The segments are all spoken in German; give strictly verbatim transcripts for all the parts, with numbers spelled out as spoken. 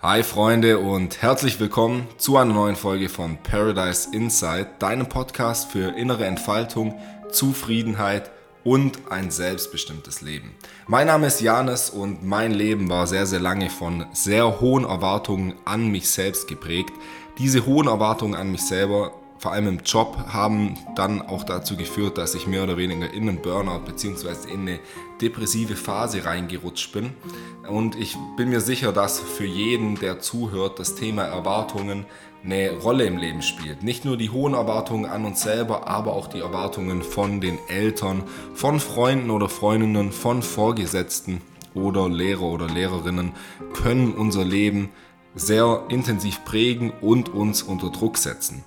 Hi Freunde und herzlich willkommen zu einer neuen Folge von Paradise Insight, deinem Podcast für innere Entfaltung, Zufriedenheit und ein selbstbestimmtes Leben. Mein Name ist Janis und mein Leben war sehr, sehr lange von sehr hohen Erwartungen an mich selbst geprägt. Diese hohen Erwartungen an mich selber, vor allem im Job, haben dann auch dazu geführt, dass ich mehr oder weniger in einen Burnout bzw. in eine depressive Phase reingerutscht bin. Und ich bin mir sicher, dass für jeden, der zuhört, das Thema Erwartungen eine Rolle im Leben spielt. Nicht nur die hohen Erwartungen an uns selber, aber auch die Erwartungen von den Eltern, von Freunden oder Freundinnen, von Vorgesetzten oder Lehrer oder Lehrerinnen können unser Leben sehr intensiv prägen und uns unter Druck setzen.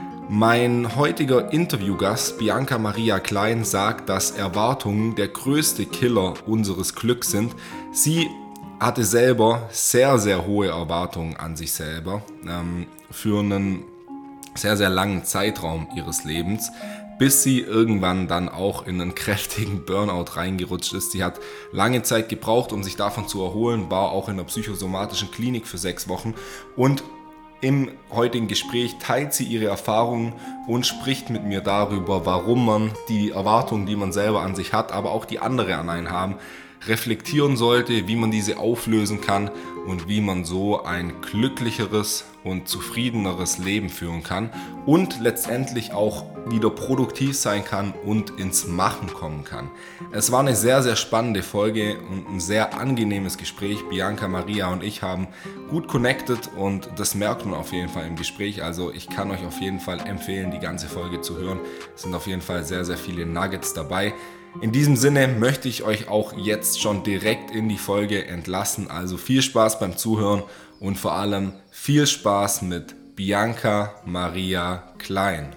Mein heutiger Interviewgast Bianca Maria Klein sagt, dass Erwartungen der größte Killer unseres Glücks sind. Sie hatte selber sehr, sehr hohe Erwartungen an sich selber ähm, für einen sehr, sehr langen Zeitraum ihres Lebens, bis sie irgendwann dann auch in einen kräftigen Burnout reingerutscht ist. Sie hat lange Zeit gebraucht, um sich davon zu erholen, war auch in der psychosomatischen Klinik für sechs Wochen und im heutigen Gespräch teilt sie ihre Erfahrungen und spricht mit mir darüber, warum man die Erwartungen, die man selber an sich hat, aber auch die andere an einen haben, reflektieren sollte, wie man diese auflösen kann und wie man so ein glücklicheres und zufriedeneres Leben führen kann und letztendlich auch wieder produktiv sein kann und ins Machen kommen kann. Es war eine sehr, sehr spannende Folge und ein sehr angenehmes Gespräch. Bianca Maria und ich haben gut connected und das merkt man auf jeden Fall im Gespräch. Also ich kann euch auf jeden Fall empfehlen, die ganze Folge zu hören. Es sind auf jeden Fall sehr, sehr viele Nuggets dabei. In diesem Sinne möchte ich euch auch jetzt schon direkt in die Folge entlassen. Also viel Spaß beim Zuhören und vor allem viel Spaß mit Bianca Maria Klein.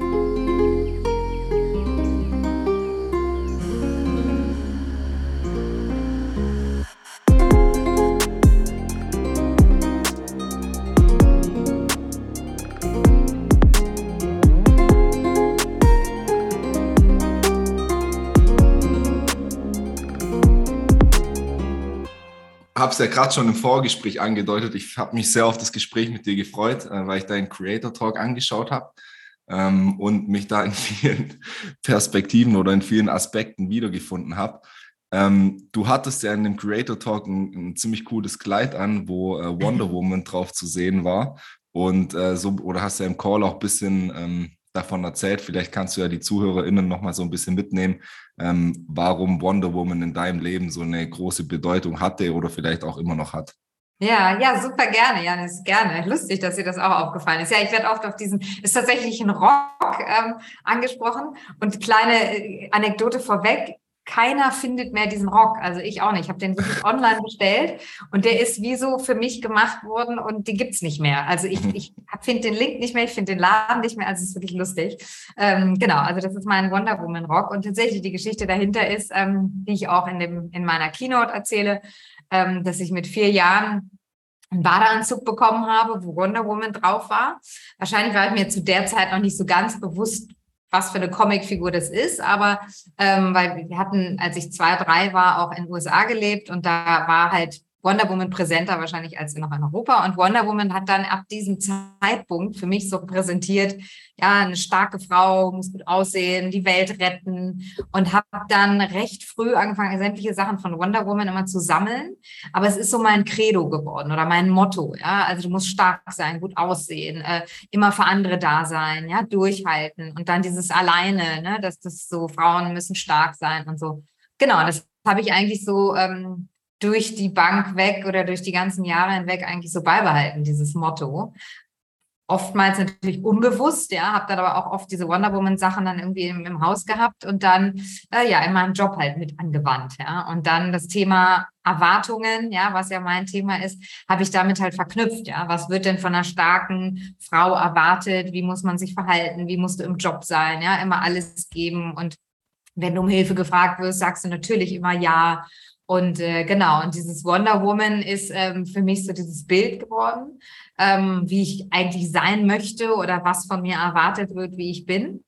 Ich habe es ja gerade schon im Vorgespräch angedeutet. Ich habe mich sehr auf das Gespräch mit dir gefreut, weil ich deinen Creator Talk angeschaut habe ähm, und mich da in vielen Perspektiven oder in vielen Aspekten wiedergefunden habe. Ähm, du hattest ja in dem Creator Talk ein, ein ziemlich cooles Kleid an, wo äh, Wonder Woman drauf zu sehen war. Und äh, so, oder hast ja im Call auch ein bisschen ähm, davon erzählt. Vielleicht kannst du ja die ZuhörerInnen noch mal so ein bisschen mitnehmen, ähm, warum Wonder Woman in deinem Leben so eine große Bedeutung hatte oder vielleicht auch immer noch hat. Ja, ja, super gerne, Janis, gerne. Lustig, dass dir das auch aufgefallen ist. Ja, ich werde oft auf diesen, ist tatsächlich ein Rock ähm, angesprochen. Und kleine äh, Anekdote vorweg, keiner findet mehr diesen Rock, also ich auch nicht. Ich habe den wirklich online bestellt und der ist wie so für mich gemacht worden und den gibt's nicht mehr. Also ich, ich finde den Link nicht mehr, ich finde den Laden nicht mehr, also es ist wirklich lustig. Ähm, genau, also das ist mein Wonder Woman Rock und tatsächlich die Geschichte dahinter ist, ähm, die ich auch in dem in meiner Keynote erzähle, ähm, dass ich mit vier Jahren einen Badeanzug bekommen habe, wo Wonder Woman drauf war. Wahrscheinlich war ich mir zu der Zeit noch nicht so ganz bewusst, was für eine Comicfigur das ist, aber ähm, weil wir hatten, als ich zwei, drei war, auch in den U S A gelebt und da war halt Wonder Woman präsenter wahrscheinlich als noch in Europa und Wonder Woman hat dann ab diesem Zeitpunkt für mich so repräsentiert, ja, eine starke Frau, muss gut aussehen, die Welt retten und habe dann recht früh angefangen, sämtliche Sachen von Wonder Woman immer zu sammeln, aber es ist so mein Credo geworden oder mein Motto, ja, also du musst stark sein, gut aussehen, äh, immer für andere da sein, ja, durchhalten und dann dieses Alleine, ne, dass das so, Frauen müssen stark sein und so. Genau, das habe ich eigentlich so ähm, durch die Bank weg oder durch die ganzen Jahre hinweg eigentlich so beibehalten, dieses Motto. Oftmals natürlich unbewusst, ja, habe dann aber auch oft diese Wonder Woman Sachen dann irgendwie im, im Haus gehabt und dann, äh, ja, in meinem Job halt mit angewandt, ja. Und dann das Thema Erwartungen, ja, was ja mein Thema ist, habe ich damit halt verknüpft, ja. Was wird denn von einer starken Frau erwartet? Wie muss man sich verhalten? Wie musst du im Job sein? Ja, immer alles geben. Und wenn du um Hilfe gefragt wirst, sagst du natürlich immer ja. Und äh, genau, und dieses Wonder Woman ist ähm, für mich so dieses Bild geworden, ähm, wie ich eigentlich sein möchte oder was von mir erwartet wird, wie ich bin.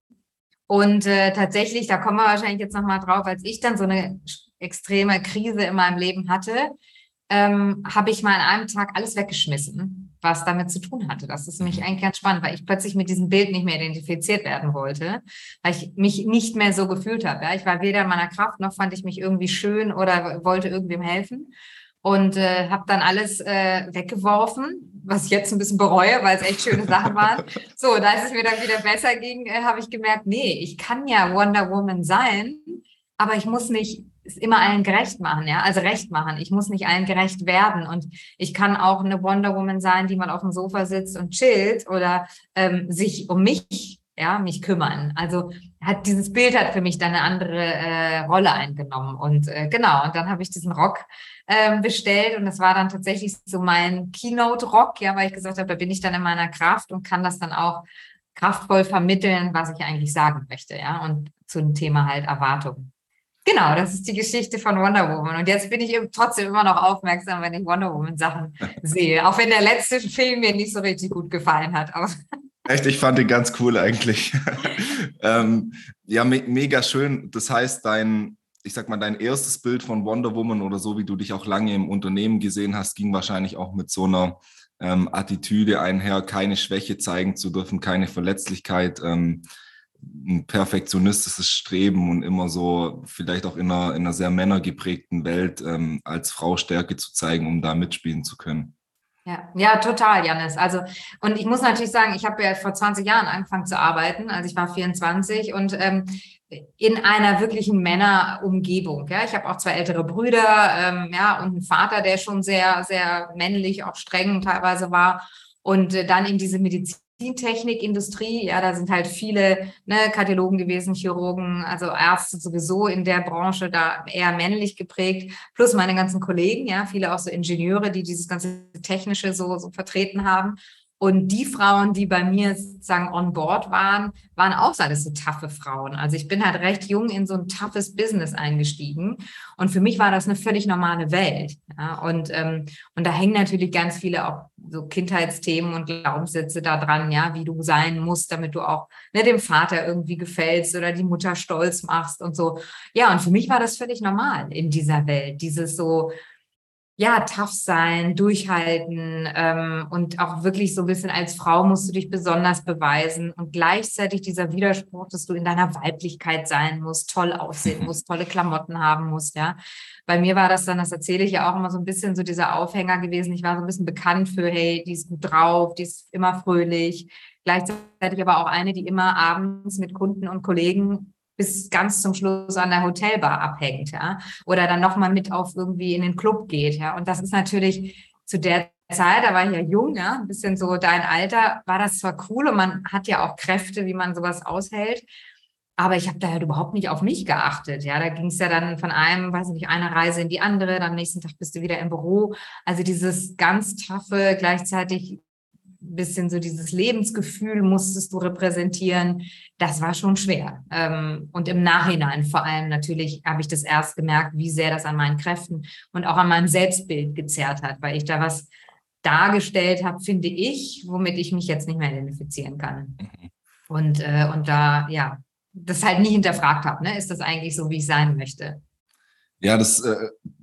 Und äh, tatsächlich, da kommen wir wahrscheinlich jetzt nochmal drauf, als ich dann so eine extreme Krise in meinem Leben hatte, ähm, habe ich mal an einem Tag alles weggeschmissen, was damit zu tun hatte. Das ist nämlich eigentlich ganz spannend, weil ich plötzlich mit diesem Bild nicht mehr identifiziert werden wollte, weil ich mich nicht mehr so gefühlt habe. Ja? Ich war weder in meiner Kraft, noch fand ich mich irgendwie schön oder wollte irgendwem helfen. Und äh, habe dann alles äh, weggeworfen, was ich jetzt ein bisschen bereue, weil es echt schöne Sachen waren. So, und als es mir dann wieder besser ging, äh, habe ich gemerkt, nee, ich kann ja Wonder Woman sein, aber ich muss nicht es immer allen gerecht machen, ja, also recht machen. Ich muss nicht allen gerecht werden. Und ich kann auch eine Wonder Woman sein, die mal auf dem Sofa sitzt und chillt oder ähm, sich um mich, ja, mich kümmern. Also hat dieses Bild hat für mich dann eine andere äh, Rolle eingenommen. Und äh, genau, und dann habe ich diesen Rock ähm, bestellt und das war dann tatsächlich so mein Keynote-Rock, ja, weil ich gesagt habe, da bin ich dann in meiner Kraft und kann das dann auch kraftvoll vermitteln, was ich eigentlich sagen möchte, ja, und zum Thema halt Erwartungen. Genau, das ist die Geschichte von Wonder Woman. Und jetzt bin ich eben trotzdem immer noch aufmerksam, wenn ich Wonder Woman Sachen sehe. Auch wenn der letzte Film mir nicht so richtig gut gefallen hat. Aber echt, ich fand den ganz cool eigentlich. ähm, ja, me mega schön. Das heißt, dein, ich sag mal, dein erstes Bild von Wonder Woman oder so, wie du dich auch lange im Unternehmen gesehen hast, ging wahrscheinlich auch mit so einer ähm, Attitüde einher, keine Schwäche zeigen zu dürfen, keine Verletzlichkeit, ähm, ein perfektionistisches Streben und immer so vielleicht auch in einer, in einer sehr männergeprägten Welt ähm, als Frau Stärke zu zeigen, um da mitspielen zu können. Ja, ja, total, Jannis. Also, und ich muss natürlich sagen, ich habe ja vor zwanzig Jahren angefangen zu arbeiten, also ich war vierundzwanzig und ähm, in einer wirklichen Männerumgebung. Ja, ich habe auch zwei ältere Brüder, ähm, ja, und einen Vater, der schon sehr, sehr männlich, auch streng teilweise war. Und äh, dann in diese Medizintechnikindustrie, ja, da sind halt viele ne, Kardiologen gewesen, Chirurgen, also Ärzte sowieso in der Branche da eher männlich geprägt, plus meine ganzen Kollegen, ja, viele auch so Ingenieure, die dieses ganze Technische so, so vertreten haben. Und die Frauen, die bei mir sozusagen on board waren, waren auch so alles so taffe Frauen. Also ich bin halt recht jung in so ein toughes Business eingestiegen. Und für mich war das eine völlig normale Welt. Ja, und, ähm, und da hängen natürlich ganz viele auch so Kindheitsthemen und Glaubenssätze da dran, ja, wie du sein musst, damit du auch ne, dem Vater irgendwie gefällst oder die Mutter stolz machst und so. Ja, und für mich war das völlig normal in dieser Welt. Dieses so, ja, tough sein, durchhalten ähm, und auch wirklich so ein bisschen als Frau musst du dich besonders beweisen und gleichzeitig dieser Widerspruch, dass du in deiner Weiblichkeit sein musst, toll aussehen musst, tolle Klamotten haben musst, ja. Bei mir war das dann, das erzähle ich ja auch immer so ein bisschen so dieser Aufhänger gewesen. Ich war so ein bisschen bekannt für, hey, die ist gut drauf, die ist immer fröhlich. Gleichzeitig aber auch eine, die immer abends mit Kunden und Kollegen bis ganz zum Schluss an der Hotelbar abhängt, ja, oder dann nochmal mit auf irgendwie in den Club geht, ja, und das ist natürlich zu der Zeit, da war ich ja jung, ja, ein bisschen so dein Alter, war das zwar cool und man hat ja auch Kräfte, wie man sowas aushält, aber ich habe da halt überhaupt nicht auf mich geachtet, ja, da ging es ja dann von einem, weiß ich nicht, einer Reise in die andere, dann am nächsten Tag bist du wieder im Büro, also dieses ganz taffe, gleichzeitig bisschen so dieses Lebensgefühl musstest du repräsentieren, das war schon schwer. Und im Nachhinein vor allem natürlich habe ich das erst gemerkt, wie sehr das an meinen Kräften und auch an meinem Selbstbild gezerrt hat, weil ich da was dargestellt habe, finde ich, womit ich mich jetzt nicht mehr identifizieren kann. Und, und da, ja, das halt nie hinterfragt habe, ne? Ist das eigentlich so, wie ich sein möchte? Ja, das... Äh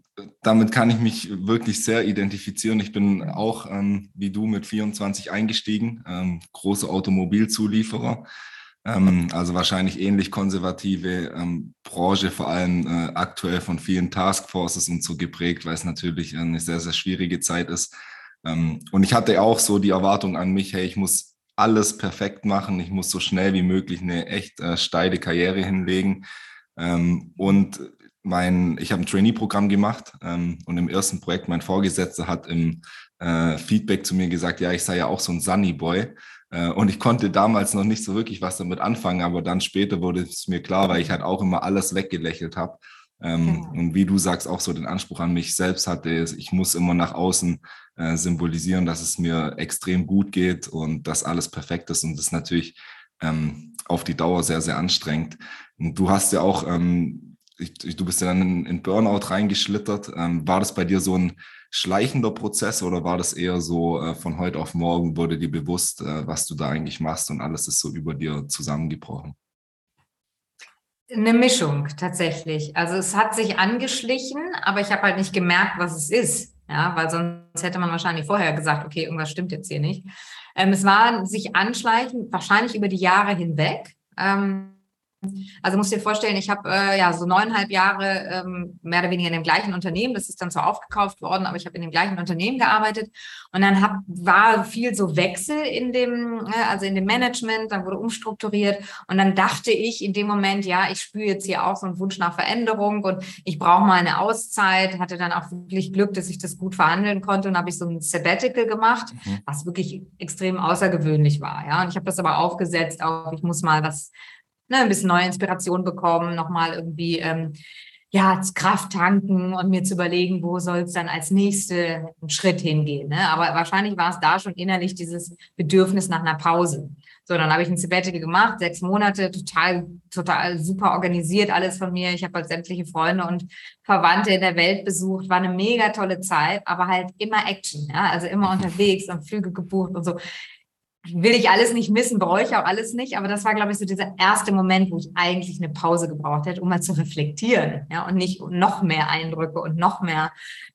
Damit kann ich mich wirklich sehr identifizieren. Ich bin auch, ähm, wie du, mit vierundzwanzig eingestiegen, ähm, große Automobilzulieferer, ähm, also wahrscheinlich ähnlich konservative ähm, Branche, vor allem äh, aktuell von vielen Taskforces und so geprägt, weil es natürlich eine sehr, sehr schwierige Zeit ist. Ähm, und ich hatte auch so die Erwartung an mich, hey, ich muss alles perfekt machen, ich muss so schnell wie möglich eine echt äh, steile Karriere hinlegen. Ähm, und Mein, ich habe ein Trainee-Programm gemacht ähm, und im ersten Projekt, mein Vorgesetzter hat im äh, Feedback zu mir gesagt, ja, ich sei ja auch so ein Sunny Boy. Äh, und ich konnte damals noch nicht so wirklich was damit anfangen, aber dann später wurde es mir klar, weil ich halt auch immer alles weggelächelt habe. Ähm, ja. Und wie du sagst, auch so den Anspruch an mich selbst hatte, ich muss immer nach außen äh, symbolisieren, dass es mir extrem gut geht und dass alles perfekt ist. Und das ist natürlich ähm, auf die Dauer sehr, sehr anstrengend. Und du hast ja auch... Ähm, Ich, du bist ja dann in, in Burnout reingeschlittert. Ähm, war das bei dir so ein schleichender Prozess oder war das eher so äh, von heute auf morgen wurde dir bewusst, äh, was du da eigentlich machst und alles ist so über dir zusammengebrochen? Eine Mischung tatsächlich. Also es hat sich angeschlichen, aber ich habe halt nicht gemerkt, was es ist. Ja, weil sonst hätte man wahrscheinlich vorher gesagt, okay, irgendwas stimmt jetzt hier nicht. Ähm, es war sich anschleichen, wahrscheinlich über die Jahre hinweg. Ähm, Also musst dir vorstellen, ich habe äh, ja so neuneinhalb Jahre ähm, mehr oder weniger in dem gleichen Unternehmen, das ist dann zwar aufgekauft worden, aber ich habe in dem gleichen Unternehmen gearbeitet und dann hab, war viel so Wechsel in dem, äh, also in dem Management, dann wurde umstrukturiert und dann dachte ich in dem Moment, ja, ich spüre jetzt hier auch so einen Wunsch nach Veränderung und ich brauche mal eine Auszeit, hatte dann auch wirklich Glück, dass ich das gut verhandeln konnte und habe ich so ein Sabbatical gemacht, mhm. was wirklich extrem außergewöhnlich war, ja, und ich habe das aber aufgesetzt auf, ich muss mal was Ne, ein bisschen neue Inspiration bekommen, nochmal irgendwie ähm, ja, Kraft tanken und mir zu überlegen, wo soll es dann als nächste Schritt hingehen. Ne? Aber wahrscheinlich war es da schon innerlich dieses Bedürfnis nach einer Pause. So, dann habe ich ein Sabbatical gemacht, sechs Monate, total, total super organisiert, alles von mir. Ich habe halt sämtliche Freunde und Verwandte in der Welt besucht, war eine mega tolle Zeit, aber halt immer Action, ja, also immer unterwegs und Flüge gebucht und so. Will ich alles nicht missen, brauche ich auch alles nicht. Aber das war, glaube ich, so dieser erste Moment, wo ich eigentlich eine Pause gebraucht hätte, um mal zu reflektieren, ja, und nicht noch mehr Eindrücke und noch mehr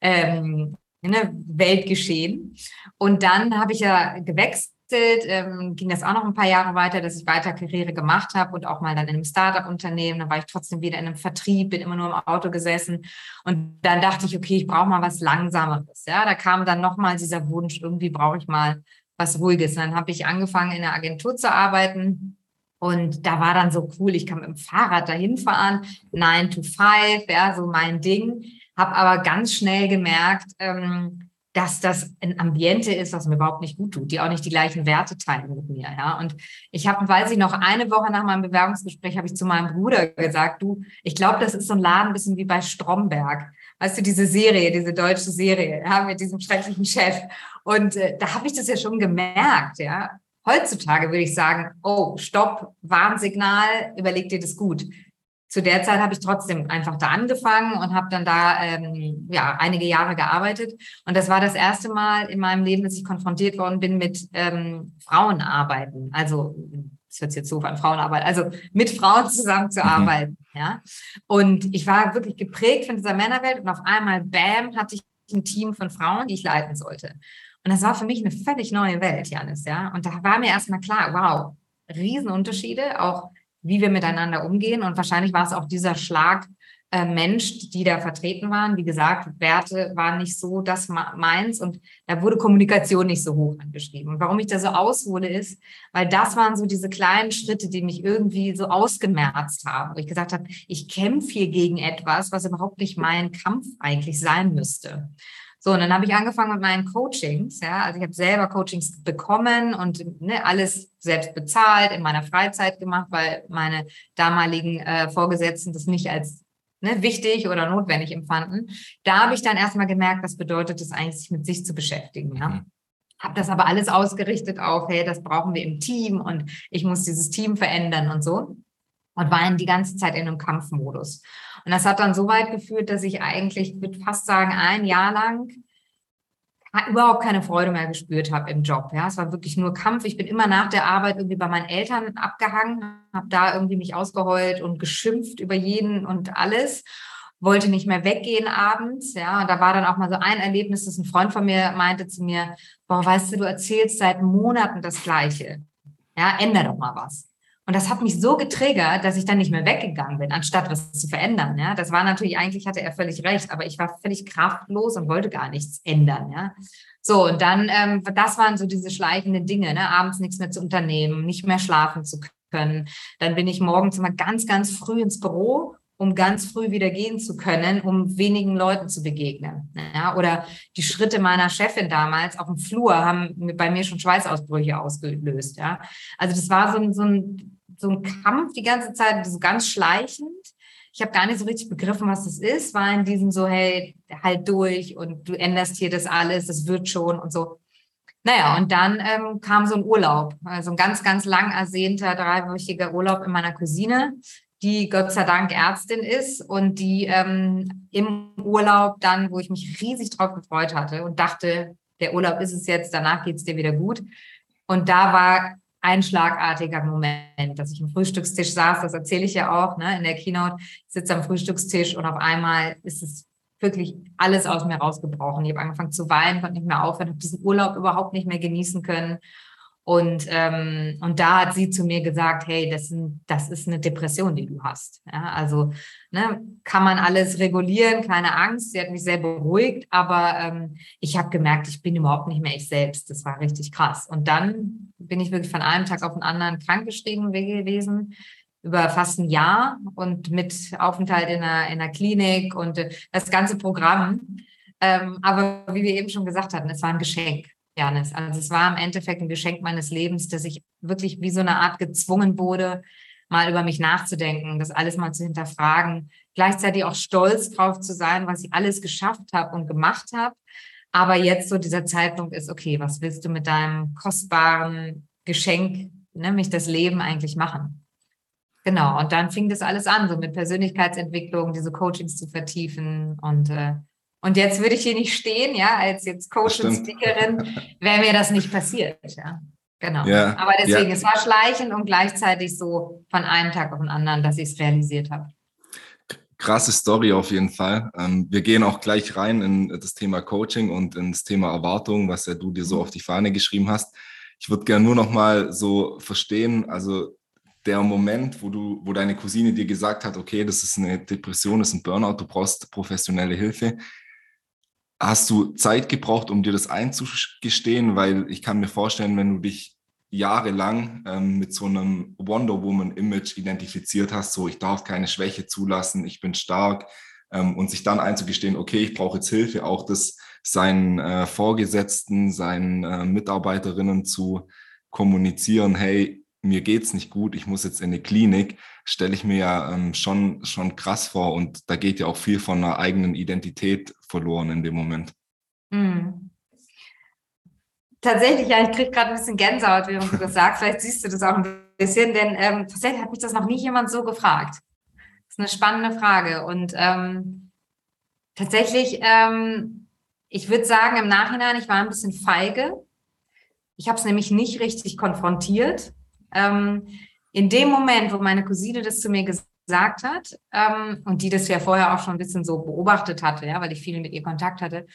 ähm, ne, Weltgeschehen. Und dann habe ich ja gewechselt, ähm, ging das auch noch ein paar Jahre weiter, dass ich weiter Karriere gemacht habe und auch mal dann in einem Startup-Unternehmen. Dann war ich trotzdem wieder in einem Vertrieb, bin immer nur im Auto gesessen. Und dann dachte ich, okay, ich brauche mal was Langsameres. Ja, da kam dann nochmal dieser Wunsch, irgendwie brauche ich mal was Ruhiges. Und dann habe ich angefangen, in der Agentur zu arbeiten. Und da war dann so cool, ich kann mit dem Fahrrad dahin fahren, nine to five, ja, so mein Ding. Habe aber ganz schnell gemerkt, ähm, dass das ein Ambiente ist, was mir überhaupt nicht gut tut, die auch nicht die gleichen Werte teilen mit mir. Ja. Und ich habe, weiß ich noch, eine Woche nach meinem Bewerbungsgespräch habe ich zu meinem Bruder gesagt, du, ich glaube, das ist so ein Laden ein bisschen wie bei Stromberg. Weißt du, diese Serie, diese deutsche Serie, ja, mit diesem schrecklichen Chef. Und äh, da habe ich das ja schon gemerkt, ja. Heutzutage würde ich sagen, oh, stopp, Warnsignal, überleg dir das gut. Zu der Zeit habe ich trotzdem einfach da angefangen und habe dann da ähm, ja einige Jahre gearbeitet. Und das war das erste Mal in meinem Leben, dass ich konfrontiert worden bin mit ähm, Frauenarbeiten. Also, das hört sich jetzt so an Frauenarbeit, also mit Frauen zusammenzuarbeiten. Mhm. Ja. Und ich war wirklich geprägt von dieser Männerwelt und auf einmal, bam, hatte ich ein Team von Frauen, die ich leiten sollte. Und das war für mich eine völlig neue Welt, Janis, ja. Und da war mir erstmal klar, wow, Riesenunterschiede, auch wie wir miteinander umgehen. Und wahrscheinlich war es auch dieser Schlag äh, Mensch, die da vertreten waren. Wie gesagt, Werte waren nicht so das meins und da wurde Kommunikation nicht so hoch angeschrieben. Und warum ich da so aushole ist, weil das waren so diese kleinen Schritte, die mich irgendwie so ausgemerzt haben, wo ich gesagt habe, ich kämpfe hier gegen etwas, was überhaupt nicht mein Kampf eigentlich sein müsste. So, und dann habe ich angefangen mit meinen Coachings, ja, also ich habe selber Coachings bekommen und ne, alles selbst bezahlt, in meiner Freizeit gemacht, weil meine damaligen äh, Vorgesetzten das nicht als ne, wichtig oder notwendig empfanden. Da habe ich dann erstmal gemerkt, was bedeutet es eigentlich, sich mit sich zu beschäftigen, ja. Mhm. Habe das aber alles ausgerichtet auf, hey, das brauchen wir im Team und ich muss dieses Team verändern und so. Und war die ganze Zeit in einem Kampfmodus. Und das hat dann so weit geführt, dass ich eigentlich, ich würde fast sagen, ein Jahr lang überhaupt keine Freude mehr gespürt habe im Job. Ja, es war wirklich nur Kampf. Ich bin immer nach der Arbeit irgendwie bei meinen Eltern abgehangen, habe da irgendwie mich ausgeheult und geschimpft über jeden und alles. Wollte nicht mehr weggehen abends. Ja, und da war dann auch mal so ein Erlebnis, dass ein Freund von mir meinte zu mir, boah, weißt du, du erzählst seit Monaten das Gleiche. Ja, ändere doch mal was. Und das hat mich so getriggert, dass ich dann nicht mehr weggegangen bin, anstatt was zu verändern. Ja, das war natürlich, eigentlich hatte er völlig recht, aber ich war völlig kraftlos und wollte gar nichts ändern. Ja, so, und dann, ähm, das waren so diese schleichenden Dinge, ne? Abends nichts mehr zu unternehmen, nicht mehr schlafen zu können. Dann bin ich morgens immer ganz, ganz früh ins Büro, um ganz früh wieder gehen zu können, um wenigen Leuten zu begegnen. Ja, oder die Schritte meiner Chefin damals auf dem Flur haben bei mir schon Schweißausbrüche ausgelöst. Ja, also das war so ein, so ein so ein Kampf die ganze Zeit, so ganz schleichend. Ich habe gar nicht so richtig begriffen, was das ist, war in diesem so, hey, halt durch und du änderst hier das alles, das wird schon und so. Naja, und dann ähm, kam so ein Urlaub, also ein ganz, ganz lang ersehnter, dreiwöchiger Urlaub in meiner Cousine, die Gott sei Dank Ärztin ist und die ähm, im Urlaub dann, wo ich mich riesig drauf gefreut hatte und dachte, der Urlaub ist es jetzt, danach geht's dir wieder gut. Und da war ein schlagartiger Moment, dass ich am Frühstückstisch saß, das erzähle ich ja auch, ne, in der Keynote, ich sitze am Frühstückstisch und auf einmal ist es wirklich alles aus mir rausgebrochen. Ich habe angefangen zu weinen, konnte nicht mehr aufhören, habe diesen Urlaub überhaupt nicht mehr genießen können. Und, ähm, und da hat sie zu mir gesagt, hey, das, sind, das ist eine Depression, die du hast. Ja, also ne, kann man alles regulieren, keine Angst. Sie hat mich sehr beruhigt, aber ähm, ich habe gemerkt, ich bin überhaupt nicht mehr ich selbst. Das war richtig krass. Und dann bin ich wirklich von einem Tag auf den anderen krankgeschrieben gewesen, über fast ein Jahr und mit Aufenthalt in einer, in einer Klinik und äh, das ganze Programm. Ähm, aber wie wir eben schon gesagt hatten, es war ein Geschenk. Janis. Also es war im Endeffekt ein Geschenk meines Lebens, dass ich wirklich wie so eine Art gezwungen wurde, mal über mich nachzudenken, das alles mal zu hinterfragen, gleichzeitig auch stolz drauf zu sein, was ich alles geschafft habe und gemacht habe. Aber jetzt so dieser Zeitpunkt ist, okay, was willst du mit deinem kostbaren Geschenk, nämlich das Leben eigentlich machen? Genau, und dann fing das alles an, so mit Persönlichkeitsentwicklung, diese Coachings zu vertiefen und äh, Und jetzt würde ich hier nicht stehen, ja, als jetzt Coach und Speakerin, wäre mir das nicht passiert, ja. Genau. Ja, Aber deswegen, ja. es war schleichend und gleichzeitig so von einem Tag auf den anderen, dass ich es realisiert habe. Krasse Story auf jeden Fall. Ähm, wir gehen auch gleich rein in das Thema Coaching und ins Thema Erwartung, was ja du dir so auf die Fahne geschrieben hast. Ich würde gerne nur noch mal so verstehen, also der Moment, wo du, wo deine Cousine dir gesagt hat, okay, das ist eine Depression, das ist ein Burnout, du brauchst professionelle Hilfe. Hast du Zeit gebraucht, um dir das einzugestehen? Weil ich kann mir vorstellen, wenn du dich jahrelang ähm, mit so einem Wonder Woman-Image identifiziert hast, so ich darf keine Schwäche zulassen, ich bin stark, ähm, und sich dann einzugestehen, okay, ich brauche jetzt Hilfe, auch das seinen äh, Vorgesetzten, seinen äh, Mitarbeiterinnen zu kommunizieren, hey, mir geht's nicht gut, ich muss jetzt in eine Klinik, stelle ich mir ja ähm, schon, schon krass vor und da geht ja auch viel von einer eigenen Identität verloren in dem Moment. Mhm. Tatsächlich, ja, ich kriege gerade ein bisschen Gänsehaut, während du das sagst. Vielleicht siehst du das auch ein bisschen, denn ähm, tatsächlich hat mich das noch nie jemand so gefragt. Das ist eine spannende Frage und ähm, tatsächlich, ähm, ich würde sagen, im Nachhinein, ich war ein bisschen feige. Ich habe es nämlich nicht richtig konfrontiert. Ähm, in dem Moment, wo meine Cousine das zu mir gesagt hat, ähm, und die das ja vorher auch schon ein bisschen so beobachtet hatte, ja, weil ich viel mit ihr Kontakt hatte,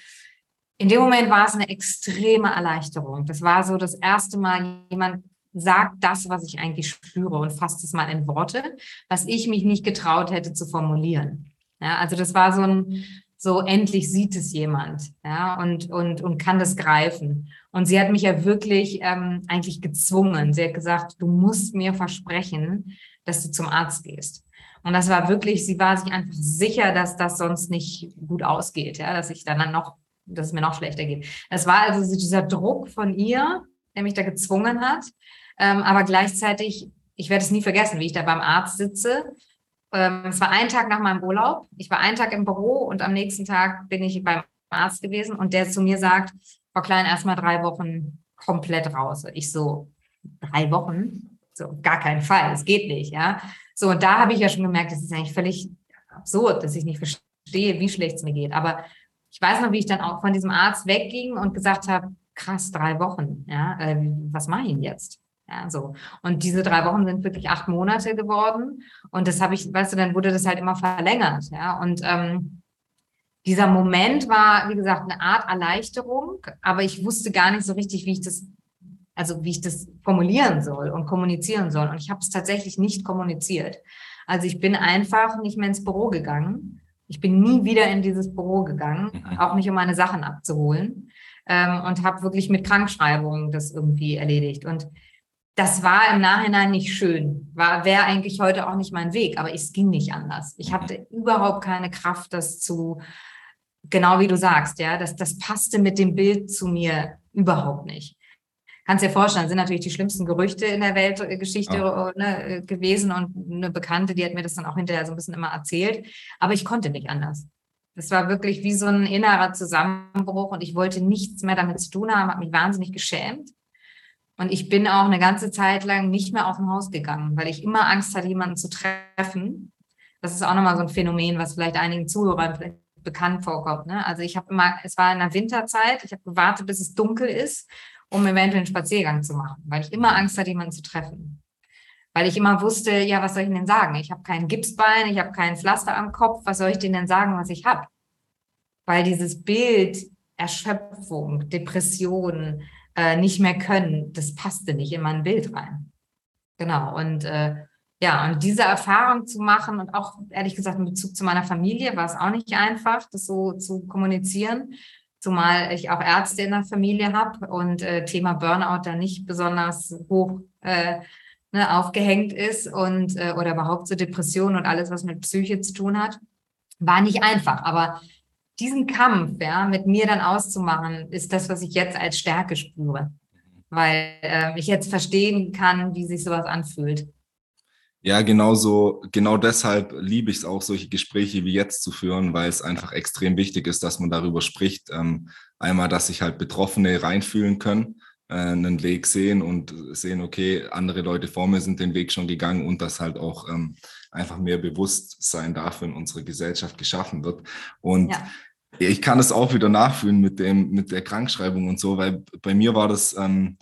in dem Moment war es eine extreme Erleichterung. Das war so das erste Mal, jemand sagt das, was ich eigentlich spüre und fasst es mal in Worte, was ich mich nicht getraut hätte zu formulieren. Ja, also das war so ein, so endlich sieht es jemand, ja, und, und, und kann das greifen. Und sie hat mich ja wirklich ähm, eigentlich gezwungen. Sie hat gesagt, du musst mir versprechen, dass du zum Arzt gehst. Und das war wirklich, sie war sich einfach sicher, dass das sonst nicht gut ausgeht, ja, dass ich dann noch, dass es mir noch schlechter geht. Das war also dieser Druck von ihr, der mich da gezwungen hat. Ähm, aber gleichzeitig, ich werde es nie vergessen, wie ich da beim Arzt sitze. Ähm, es war ein Tag nach meinem Urlaub. Ich war einen Tag im Büro und am nächsten Tag bin ich beim Arzt gewesen und der zu mir sagt, Frau Klein, erstmal drei Wochen komplett raus. Ich so, drei Wochen? So, gar keinen Fall, es geht nicht, ja. So, und da habe ich ja schon gemerkt, das ist eigentlich völlig absurd, dass ich nicht verstehe, wie schlecht es mir geht. Aber ich weiß noch, wie ich dann auch von diesem Arzt wegging und gesagt habe, krass, drei Wochen, ja, äh, was mache ich denn jetzt? Ja, so. Und diese drei Wochen sind wirklich acht Monate geworden. Und das habe ich, weißt du, dann wurde das halt immer verlängert, ja. Und ähm, dieser Moment war, wie gesagt, eine Art Erleichterung, aber ich wusste gar nicht so richtig, wie ich das, also wie ich das formulieren soll und kommunizieren soll. Und ich habe es tatsächlich nicht kommuniziert. Also ich bin einfach nicht mehr ins Büro gegangen. Ich bin nie wieder in dieses Büro gegangen, mhm. auch nicht, um meine Sachen abzuholen, ähm, und habe wirklich mit Krankschreibungen das irgendwie erledigt. Und das war im Nachhinein nicht schön, war wäre eigentlich heute auch nicht mein Weg, aber es ging nicht anders. Ich hatte überhaupt keine Kraft, das zu, genau wie du sagst, ja, das, das passte mit dem Bild zu mir überhaupt nicht. Kannst dir vorstellen, sind natürlich die schlimmsten Gerüchte in der Weltgeschichte oh. ne, gewesen und eine Bekannte, die hat mir das dann auch hinterher so ein bisschen immer erzählt, aber ich konnte nicht anders. Das war wirklich wie so ein innerer Zusammenbruch und ich wollte nichts mehr damit zu tun haben, habe mich wahnsinnig geschämt. Und ich bin auch eine ganze Zeit lang nicht mehr aus dem Haus gegangen, weil ich immer Angst hatte, jemanden zu treffen. Das ist auch nochmal so ein Phänomen, was vielleicht einigen Zuhörern vielleicht bekannt vorkommt. Ne? Also ich habe immer, es war in der Winterzeit, ich habe gewartet, bis es dunkel ist, um eventuell einen Spaziergang zu machen, weil ich immer Angst hatte, jemanden zu treffen. Weil ich immer wusste, ja, was soll ich denn sagen? Ich habe kein Gipsbein, ich habe kein Pflaster am Kopf, was soll ich denen denn sagen, was ich habe? weil dieses Bild Erschöpfung, Depression, äh, nicht mehr können, das passte nicht in mein Bild rein. Genau, und äh, ja, und diese Erfahrung zu machen und auch, ehrlich gesagt, in Bezug zu meiner Familie war es auch nicht einfach, das so zu kommunizieren, zumal ich auch Ärzte in der Familie habe und äh, Thema Burnout da nicht besonders hoch äh, ne, aufgehängt ist und äh, oder überhaupt so Depressionen und alles, was mit Psyche zu tun hat, war nicht einfach. Aber diesen Kampf, ja, mit mir dann auszumachen, ist das, was ich jetzt als Stärke spüre, weil äh, ich jetzt verstehen kann, wie sich sowas anfühlt. Ja, genau so, genau deshalb liebe ich es auch, solche Gespräche wie jetzt zu führen, weil es einfach extrem wichtig ist, dass man darüber spricht. Ähm, einmal, dass sich halt Betroffene reinfühlen können, äh, einen Weg sehen und sehen, okay, andere Leute vor mir sind den Weg schon gegangen und dass halt auch ähm, einfach mehr Bewusstsein dafür in unserer Gesellschaft geschaffen wird. Und Ja. ich kann es auch wieder nachfühlen mit dem, mit der Krankschreibung und so, weil bei mir war das ähm,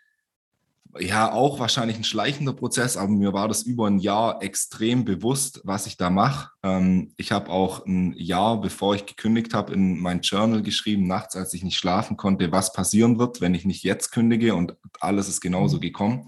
ja auch wahrscheinlich ein schleichender Prozess, aber mir war das über ein Jahr extrem bewusst, was ich da mache. Ähm, ich habe auch ein Jahr, bevor ich gekündigt habe, in mein Journal geschrieben, nachts, als ich nicht schlafen konnte, was passieren wird, wenn ich nicht jetzt kündige, und alles ist genauso gekommen.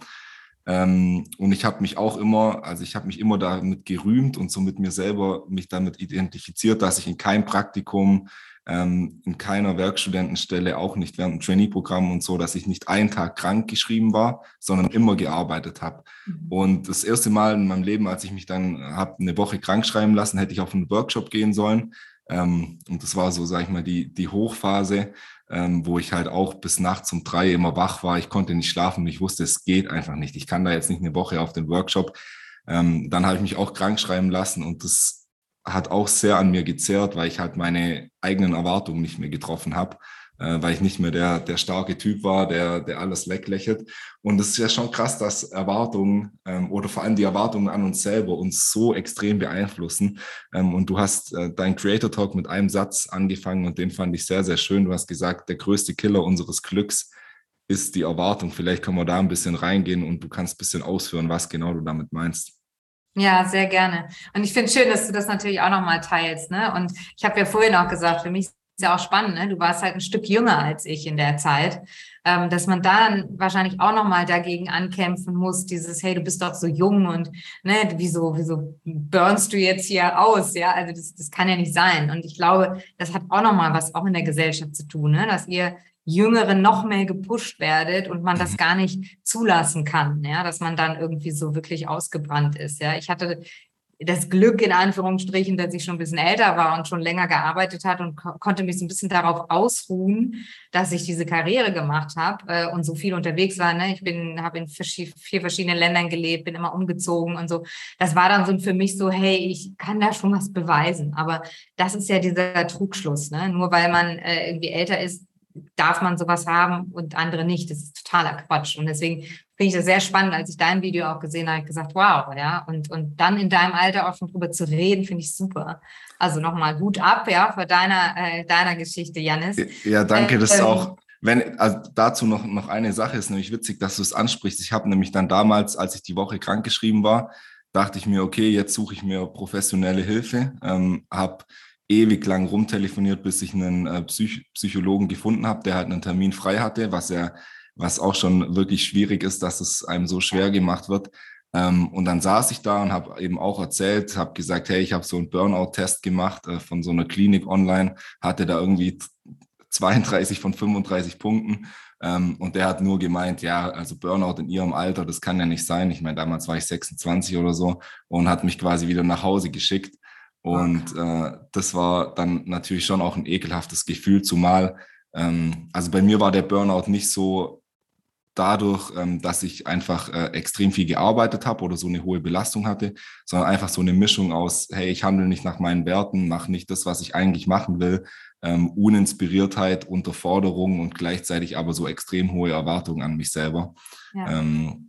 Ähm, und ich habe mich auch immer, also ich habe mich immer damit gerühmt und so mit mir selber mich damit identifiziert, dass ich in keinem Praktikum, ähm, in keiner Werkstudentenstelle, auch nicht während dem Trainee-Programm und so, dass ich nicht einen Tag krank geschrieben war, sondern immer gearbeitet habe. Und das erste Mal in meinem Leben, als ich mich dann habe eine Woche krank schreiben lassen, hätte ich auf einen Workshop gehen sollen. Ähm, und das war so, sage ich mal, die, die Hochphase, ähm, wo ich halt auch bis nachts um drei immer wach war. Ich konnte nicht schlafen und ich wusste, es geht einfach nicht. Ich kann da jetzt nicht eine Woche auf den Workshop. Ähm, dann habe ich mich auch krank schreiben lassen und das hat auch sehr an mir gezerrt, weil ich halt meine eigenen Erwartungen nicht mehr getroffen habe, äh, weil ich nicht mehr der, der starke Typ war, der, der alles weglächelt. Und es ist ja schon krass, dass Erwartungen ähm, oder vor allem die Erwartungen an uns selber uns so extrem beeinflussen. Ähm, und du hast äh, deinen Creator Talk mit einem Satz angefangen und den fand ich sehr, sehr schön. Du hast gesagt, der größte Killer unseres Glücks ist die Erwartung. Vielleicht können wir da ein bisschen reingehen und du kannst ein bisschen ausführen, was genau du damit meinst. Ja, sehr gerne. Und ich finde es schön, dass du das natürlich auch nochmal teilst, ne? Und ich habe ja vorhin auch gesagt, für mich ist es ja auch spannend, ne? Du warst halt ein Stück jünger als ich in der Zeit, ähm, dass man dann wahrscheinlich auch nochmal dagegen ankämpfen muss, dieses, hey, du bist doch so jung und ne, wieso, wieso burnst du jetzt hier aus? Ja, also das, das kann ja nicht sein. Und ich glaube, das hat auch nochmal was auch in der Gesellschaft zu tun, ne? Dass ihr Jüngeren noch mehr gepusht werdet und man das gar nicht zulassen kann, ja, dass man dann irgendwie so wirklich ausgebrannt ist, ja. Ich hatte das Glück, in Anführungsstrichen, dass ich schon ein bisschen älter war und schon länger gearbeitet hat und ko- konnte mich so ein bisschen darauf ausruhen, dass ich diese Karriere gemacht habe äh, und so viel unterwegs war, ne. Ich bin, habe in verschi- vier verschiedenen Ländern gelebt, bin immer umgezogen und so. Das war dann so für mich so, hey, ich kann da schon was beweisen. Aber das ist ja dieser Trugschluss, ne. Nur weil man äh, irgendwie älter ist, darf man sowas haben und andere nicht. Das ist totaler Quatsch. Und deswegen finde ich das sehr spannend, als ich dein Video auch gesehen habe, gesagt, wow, ja, und, und dann in deinem Alter auch schon drüber zu reden, finde ich super. Also nochmal Hut ab, ja, für deiner, äh, deiner Geschichte, Jannis. Ja, danke. Das ist Ähm, auch, wenn, also dazu noch, noch eine Sache, ist nämlich witzig, dass du es ansprichst. Ich habe nämlich dann damals, als ich die Woche krankgeschrieben war, dachte ich mir, okay, jetzt suche ich mir professionelle Hilfe, ähm, habe ewig lang rumtelefoniert, bis ich einen äh, Psych Psychologen gefunden habe, der halt einen Termin frei hatte, was ja, was auch schon wirklich schwierig ist, dass es einem so schwer gemacht wird. Ähm, und dann saß ich da und habe eben auch erzählt, habe gesagt, hey, ich habe so einen Burnout-Test gemacht äh, von so einer Klinik online, hatte da irgendwie zweiunddreißig von fünfunddreißig Punkten. Ähm, und der hat nur gemeint, ja, also Burnout in ihrem Alter, das kann ja nicht sein. Ich meine, damals war ich sechsundzwanzig oder so und hat mich quasi wieder nach Hause geschickt. Und äh, das war dann natürlich schon auch ein ekelhaftes Gefühl, zumal, ähm, also bei mir war der Burnout nicht so dadurch, ähm, dass ich einfach äh, extrem viel gearbeitet habe oder so eine hohe Belastung hatte, sondern einfach so eine Mischung aus, hey, ich handle nicht nach meinen Werten, mache nicht das, was ich eigentlich machen will, ähm, Uninspiriertheit, Unterforderung und gleichzeitig aber so extrem hohe Erwartungen an mich selber. ja. Ähm,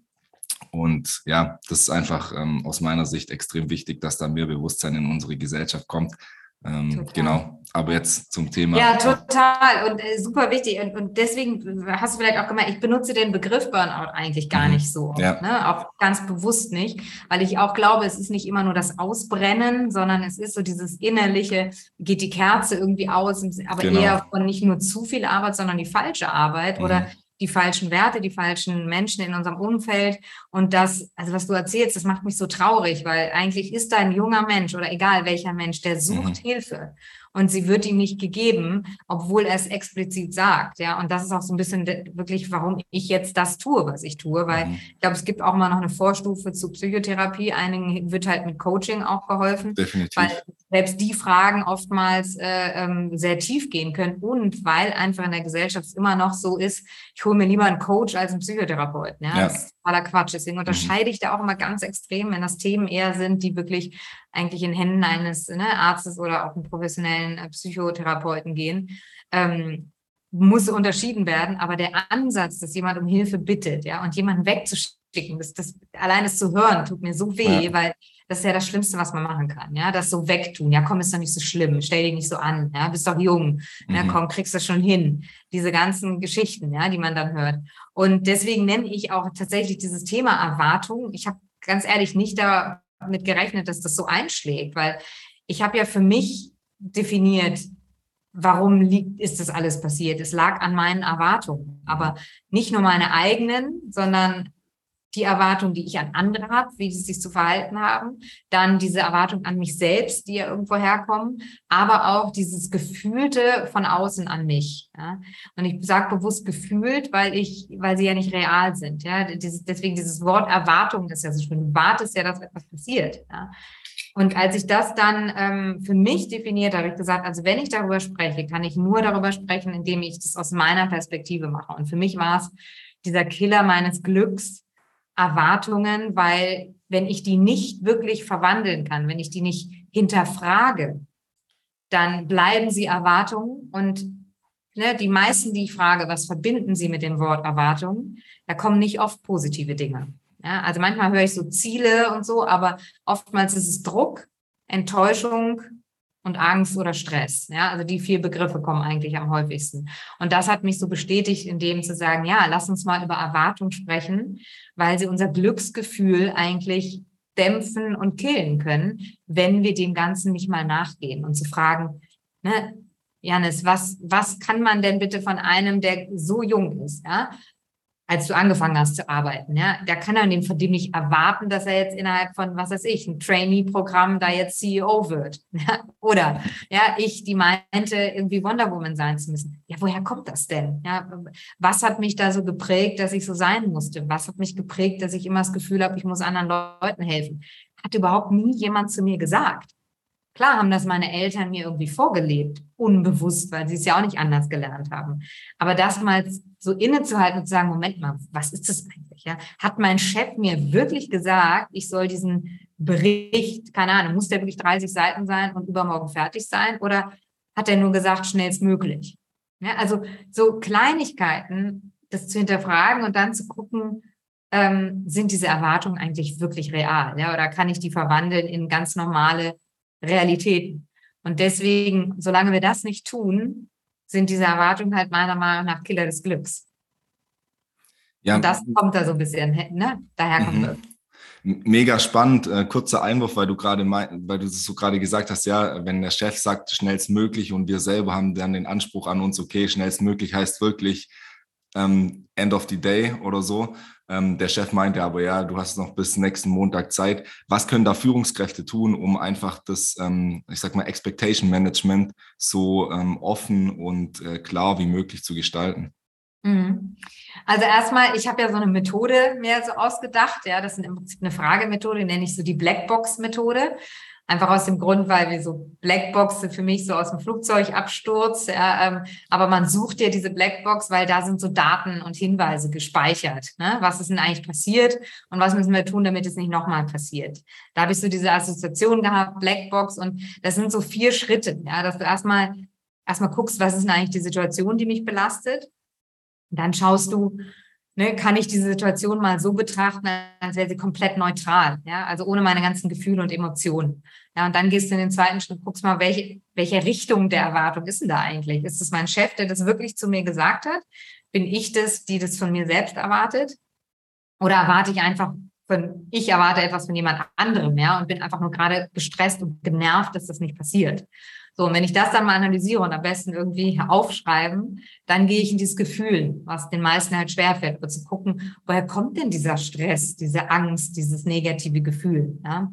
und ja, das ist einfach ähm, aus meiner Sicht extrem wichtig, dass da mehr Bewusstsein in unsere Gesellschaft kommt, Ähm, genau. Aber jetzt zum Thema. Ja, total und äh, super wichtig. Und, und deswegen hast du vielleicht auch gemerkt, ich benutze den Begriff Burnout eigentlich gar Mhm. nicht so oft, Ja. ne? Auch ganz bewusst nicht, weil ich auch glaube, es ist nicht immer nur das Ausbrennen, sondern es ist so dieses innerliche, geht die Kerze irgendwie aus, aber Genau. eher von nicht nur zu viel Arbeit, sondern die falsche Arbeit Mhm. oder die falschen Werte, die falschen Menschen in unserem Umfeld. Und das, also was du erzählst, das macht mich so traurig, weil eigentlich ist da ein junger Mensch oder egal welcher Mensch, der sucht Mhm. Hilfe. Und sie wird ihm nicht gegeben, obwohl er es explizit sagt. Ja, und das ist auch so ein bisschen wirklich, warum ich jetzt das tue, was ich tue, weil Mhm. ich glaube, es gibt auch mal noch eine Vorstufe zu Psychotherapie. Einigen wird halt mit Coaching auch geholfen. Definitiv. Weil selbst die Fragen oftmals äh, ähm, sehr tief gehen können und weil einfach in der Gesellschaft es immer noch so ist, ich hole mir lieber einen Coach als einen Therapeuten. Ja, Ja. das ist totaler Quatsch. Deswegen unterscheide ich da auch immer ganz extrem, wenn das Themen eher sind, die wirklich eigentlich in Händen eines ne, Arztes oder auch einen professionellen äh, Psychotherapeuten gehen, ähm, muss unterschieden werden. Aber der Ansatz, dass jemand um Hilfe bittet, ja, und jemanden wegzuschicken, das, das allein das zu hören, tut mir so weh, Ja. weil das ist ja das Schlimmste, was man machen kann, ja, das so wegtun. Ja, komm, ist doch nicht so schlimm, stell dich nicht so an, ja, bist doch jung, mhm. ja, komm, kriegst du schon hin. Diese ganzen Geschichten, ja, die man dann hört. Und deswegen nenne ich auch tatsächlich dieses Thema Erwartung. Ich habe ganz ehrlich nicht damit gerechnet, dass das so einschlägt, weil ich habe ja für mich definiert, warum liegt, ist das alles passiert. Es lag an meinen Erwartungen, aber nicht nur meine eigenen, sondern die Erwartung, die ich an andere habe, wie sie sich zu verhalten haben, dann diese Erwartung an mich selbst, die ja irgendwo herkommen, aber auch dieses Gefühlte von außen an mich. Ja? Und ich sage bewusst gefühlt, weil ich, weil sie ja nicht real sind. Ja? Dieses, deswegen dieses Wort Erwartung ist ja so schön. Du wartest ja, dass etwas passiert. Ja? Und als ich das dann ähm, für mich definiert habe, habe ich gesagt, also wenn ich darüber spreche, kann ich nur darüber sprechen, indem ich das aus meiner Perspektive mache. Und für mich war es dieser Killer meines Glücks, Erwartungen, weil wenn ich die nicht wirklich verwandeln kann, wenn ich die nicht hinterfrage, dann bleiben sie Erwartungen und ne, die meisten, die ich frage, was verbinden sie mit dem Wort Erwartungen, da kommen nicht oft positive Dinge. Ja, also manchmal höre ich so Ziele und so, aber oftmals ist es Druck, Enttäuschung und Angst oder Stress. Ja, also die vier Begriffe kommen eigentlich am häufigsten. Und das hat mich so bestätigt, in dem zu sagen, ja, lass uns mal über Erwartung sprechen, weil sie unser Glücksgefühl eigentlich dämpfen und killen können, wenn wir dem Ganzen nicht mal nachgehen und zu fragen, ne, Janis, was, was kann man denn bitte von einem, der so jung ist, ja, als du angefangen hast zu arbeiten, ja, da kann er von dem nicht erwarten, dass er jetzt innerhalb von, was weiß ich, ein Trainee-Programm da jetzt C E O wird. Ja? Oder, ja, ich, die meinte, irgendwie Wonder Woman sein zu müssen. Ja, woher kommt das denn? Ja, was hat mich da so geprägt, dass ich so sein musste? Was hat mich geprägt, dass ich immer das Gefühl habe, ich muss anderen Leuten helfen? Hat überhaupt nie jemand zu mir gesagt. Klar haben das meine Eltern mir irgendwie vorgelebt, unbewusst, weil sie es ja auch nicht anders gelernt haben. Aber das mal so innezuhalten und zu sagen, Moment mal, was ist das eigentlich? Ja? Hat mein Chef mir wirklich gesagt, ich soll diesen Bericht, keine Ahnung, muss der wirklich dreißig Seiten sein und übermorgen fertig sein? Oder hat er nur gesagt, schnellstmöglich? Ja, also so Kleinigkeiten, das zu hinterfragen und dann zu gucken, ähm, sind diese Erwartungen eigentlich wirklich real? Ja? Oder kann ich die verwandeln in ganz normale Realitäten. Und deswegen, solange wir das nicht tun, sind diese Erwartungen halt meiner Meinung nach Killer des Glücks. Ja. Und das kommt da so ein bisschen, ne? Daher kommt mhm. das. Mega spannend, äh, kurzer Einwurf, weil du gerade weil du es so gerade gesagt hast, ja, wenn der Chef sagt schnellstmöglich und wir selber haben dann den Anspruch an uns, okay, schnellstmöglich heißt wirklich ähm, End of the Day oder so. Ähm, der Chef meinte aber, ja, du hast noch bis nächsten Montag Zeit. Was können da Führungskräfte tun, um einfach das, ähm, ich sag mal, Expectation Management so ähm, offen und äh, klar wie möglich zu gestalten? Also erstmal, ich habe ja so eine Methode mir so ausgedacht. Ja, das ist im Prinzip eine Fragemethode, nenne ich so die Blackbox-Methode. Einfach aus dem Grund, weil wir so Blackbox für mich so aus dem Flugzeugabsturz, ja, ähm, aber man sucht ja diese Blackbox, weil da sind so Daten und Hinweise gespeichert. Ne? Was ist denn eigentlich passiert und was müssen wir tun, damit es nicht nochmal passiert? Da habe ich so diese Assoziation gehabt, Blackbox, und das sind so vier Schritte, ja, dass du erstmal erstmal guckst, was ist denn eigentlich die Situation, die mich belastet. Und dann schaust du, ne, kann ich diese Situation mal so betrachten, als wäre sie komplett neutral, ja, also ohne meine ganzen Gefühle und Emotionen. Ja, und dann gehst du in den zweiten Schritt, guckst mal, welche, welche Richtung der Erwartung ist denn da eigentlich? Ist es mein Chef, der das wirklich zu mir gesagt hat? Bin ich das, die das von mir selbst erwartet? Oder erwarte ich einfach von, ich erwarte etwas von jemand anderem, ja, und bin einfach nur gerade gestresst und genervt, dass das nicht passiert. So, und wenn ich das dann mal analysiere und am besten irgendwie aufschreiben, dann gehe ich in dieses Gefühl, was den meisten halt schwerfällt, zu gucken, woher kommt denn dieser Stress, diese Angst, dieses negative Gefühl, ja?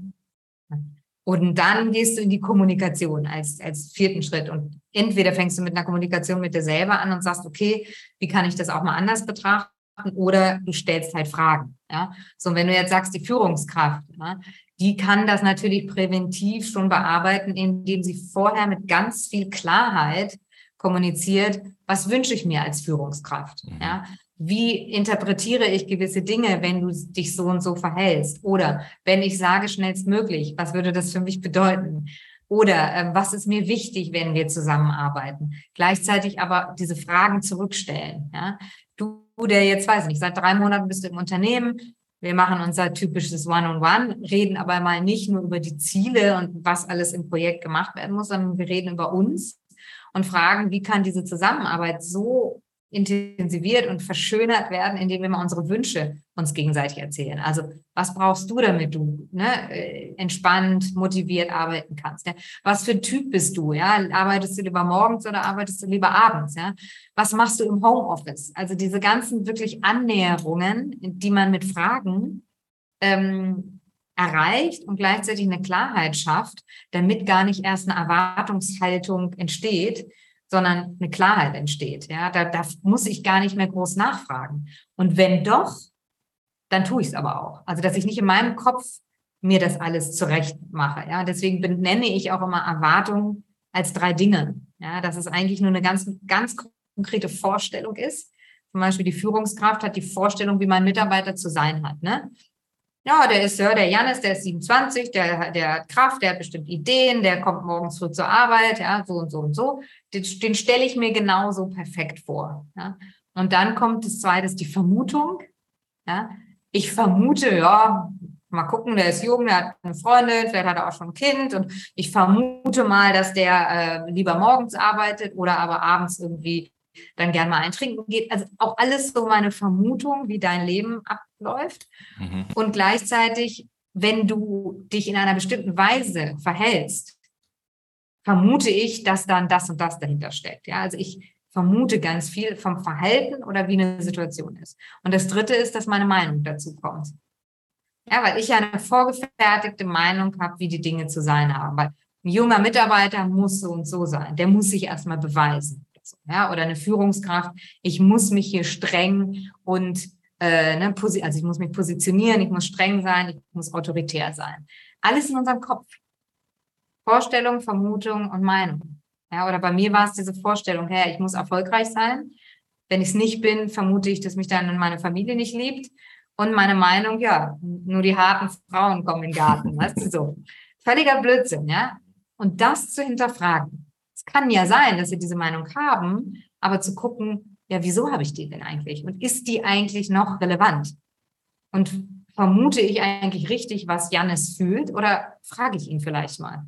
Und dann gehst du in die Kommunikation als, als vierten Schritt. Und entweder fängst du mit einer Kommunikation mit dir selber an und sagst, okay, wie kann ich das auch mal anders betrachten? Oder du stellst halt Fragen. Ja? So, und wenn du jetzt sagst, die Führungskraft, ja, die kann das natürlich präventiv schon bearbeiten, indem sie vorher mit ganz viel Klarheit kommuniziert, was wünsche ich mir als Führungskraft? Mhm. Ja? Wie interpretiere ich gewisse Dinge, wenn du dich so und so verhältst? Oder wenn ich sage schnellstmöglich, was würde das für mich bedeuten? Oder äh, was ist mir wichtig, wenn wir zusammenarbeiten? Gleichzeitig aber diese Fragen zurückstellen. Ja? Du, der jetzt, weiß ich nicht, seit drei Monaten bist du im Unternehmen, wir machen unser typisches One-on-One, reden aber mal nicht nur über die Ziele und was alles im Projekt gemacht werden muss, sondern wir reden über uns und fragen, wie kann diese Zusammenarbeit so intensiviert und verschönert werden, indem wir mal unsere Wünsche uns gegenseitig erzählen. Also was brauchst du, damit du ne, entspannt, motiviert arbeiten kannst? Ja? Was für ein Typ bist du? Ja? Arbeitest du lieber morgens oder arbeitest du lieber abends? Ja? Was machst du im Homeoffice? Also diese ganzen wirklich Annäherungen, die man mit Fragen ähm, erreicht und gleichzeitig eine Klarheit schafft, damit gar nicht erst eine Erwartungshaltung entsteht, sondern eine Klarheit entsteht. Ja, da, da muss ich gar nicht mehr groß nachfragen. Und wenn doch, dann tue ich es aber auch. Also, dass ich nicht in meinem Kopf mir das alles zurecht mache. Ja, deswegen benenne ich auch immer Erwartungen als drei Dinge. Ja, dass es eigentlich nur eine ganz, ganz konkrete Vorstellung ist. Zum Beispiel die Führungskraft hat die Vorstellung, wie mein Mitarbeiter zu sein hat. Ne? Ja, der ist, ja, der Jannis, der ist siebenundzwanzig, der, der hat Kraft, der hat bestimmt Ideen, der kommt morgens früh zur Arbeit, ja, so und so und so. Den, den stelle ich mir genauso perfekt vor. Ja. Und dann kommt das Zweite, die Vermutung. Ja. Ich vermute, ja, mal gucken, der ist jung, der hat eine Freundin, vielleicht hat er auch schon ein Kind und ich vermute mal, dass der äh, lieber morgens arbeitet oder aber abends irgendwie dann gern mal ein Trinken geht. Also auch alles so meine Vermutung, wie dein Leben abläuft. Mhm. Und gleichzeitig, wenn du dich in einer bestimmten Weise verhältst, vermute ich, dass dann das und das dahinter steckt. Ja, also ich vermute ganz viel vom Verhalten oder wie eine Situation ist. Und das Dritte ist, dass meine Meinung dazu kommt. Ja, weil ich ja eine vorgefertigte Meinung habe, wie die Dinge zu sein haben. Weil ein junger Mitarbeiter muss so und so sein. Der muss sich erstmal beweisen. Ja, oder eine Führungskraft, ich muss mich hier streng und äh, ne, also ich muss mich positionieren, ich muss streng sein, ich muss autoritär sein. Alles in unserem Kopf. Vorstellung, Vermutung und Meinung. Ja, oder bei mir war es diese Vorstellung, hey, ich muss erfolgreich sein. Wenn ich es nicht bin, vermute ich, dass mich dann meine Familie nicht liebt. Und meine Meinung, ja, nur die harten Frauen kommen in den Garten. Weißt du, so. Völliger Blödsinn, ja. Und das zu hinterfragen. Es kann ja sein, dass sie diese Meinung haben, aber zu gucken, ja, wieso habe ich die denn eigentlich? Und ist die eigentlich noch relevant? Und vermute ich eigentlich richtig, was Jannis fühlt, oder frage ich ihn vielleicht mal?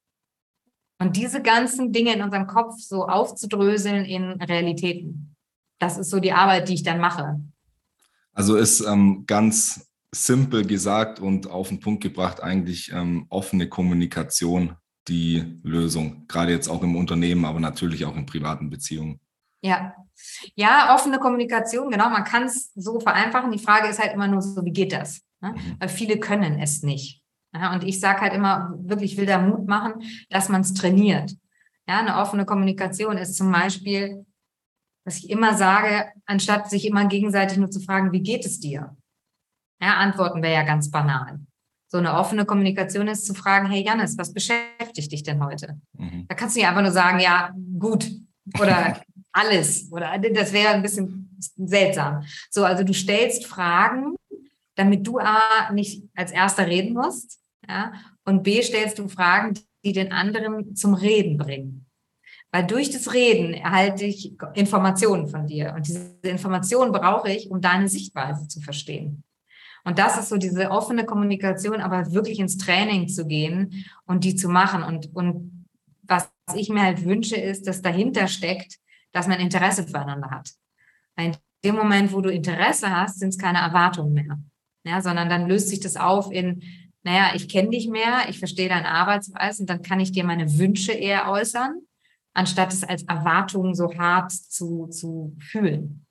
Und diese ganzen Dinge in unserem Kopf so aufzudröseln in Realitäten, das ist so die Arbeit, die ich dann mache. Also ist ähm, ganz simpel gesagt und auf den Punkt gebracht eigentlich ähm, offene Kommunikation die Lösung, gerade jetzt auch im Unternehmen, aber natürlich auch in privaten Beziehungen. Ja, ja, offene Kommunikation, genau, man kann es so vereinfachen. Die Frage ist halt immer nur so, wie geht das? Ne? Mhm. Weil viele können es nicht. Ja, und ich sage halt immer, wirklich will da Mut machen, dass man es trainiert. Ja, eine offene Kommunikation ist zum Beispiel, dass ich immer sage, anstatt sich immer gegenseitig nur zu fragen, wie geht es dir? Ja, antworten wir ja ganz banal. So eine offene Kommunikation ist zu fragen, hey Jannis, was beschäftigt dich denn heute? Mhm. Da kannst du nicht einfach nur sagen, ja, gut oder alles. Oder das wäre ein bisschen seltsam. So, also du stellst Fragen, damit du A, nicht als Erster reden musst, ja, und B, stellst du Fragen, die den anderen zum Reden bringen. Weil durch das Reden erhalte ich Informationen von dir. Und diese Informationen brauche ich, um deine Sichtweise zu verstehen. Und das ist so diese offene Kommunikation, aber wirklich ins Training zu gehen und die zu machen. Und, und was ich mir halt wünsche, ist, dass dahinter steckt, dass man Interesse füreinander hat. Weil in dem Moment, wo du Interesse hast, sind es keine Erwartungen mehr. Ja, sondern dann löst sich das auf in, naja, ich kenne dich mehr, ich verstehe deine Arbeitsweise und dann kann ich dir meine Wünsche eher äußern, anstatt es als Erwartung so hart zu, zu fühlen.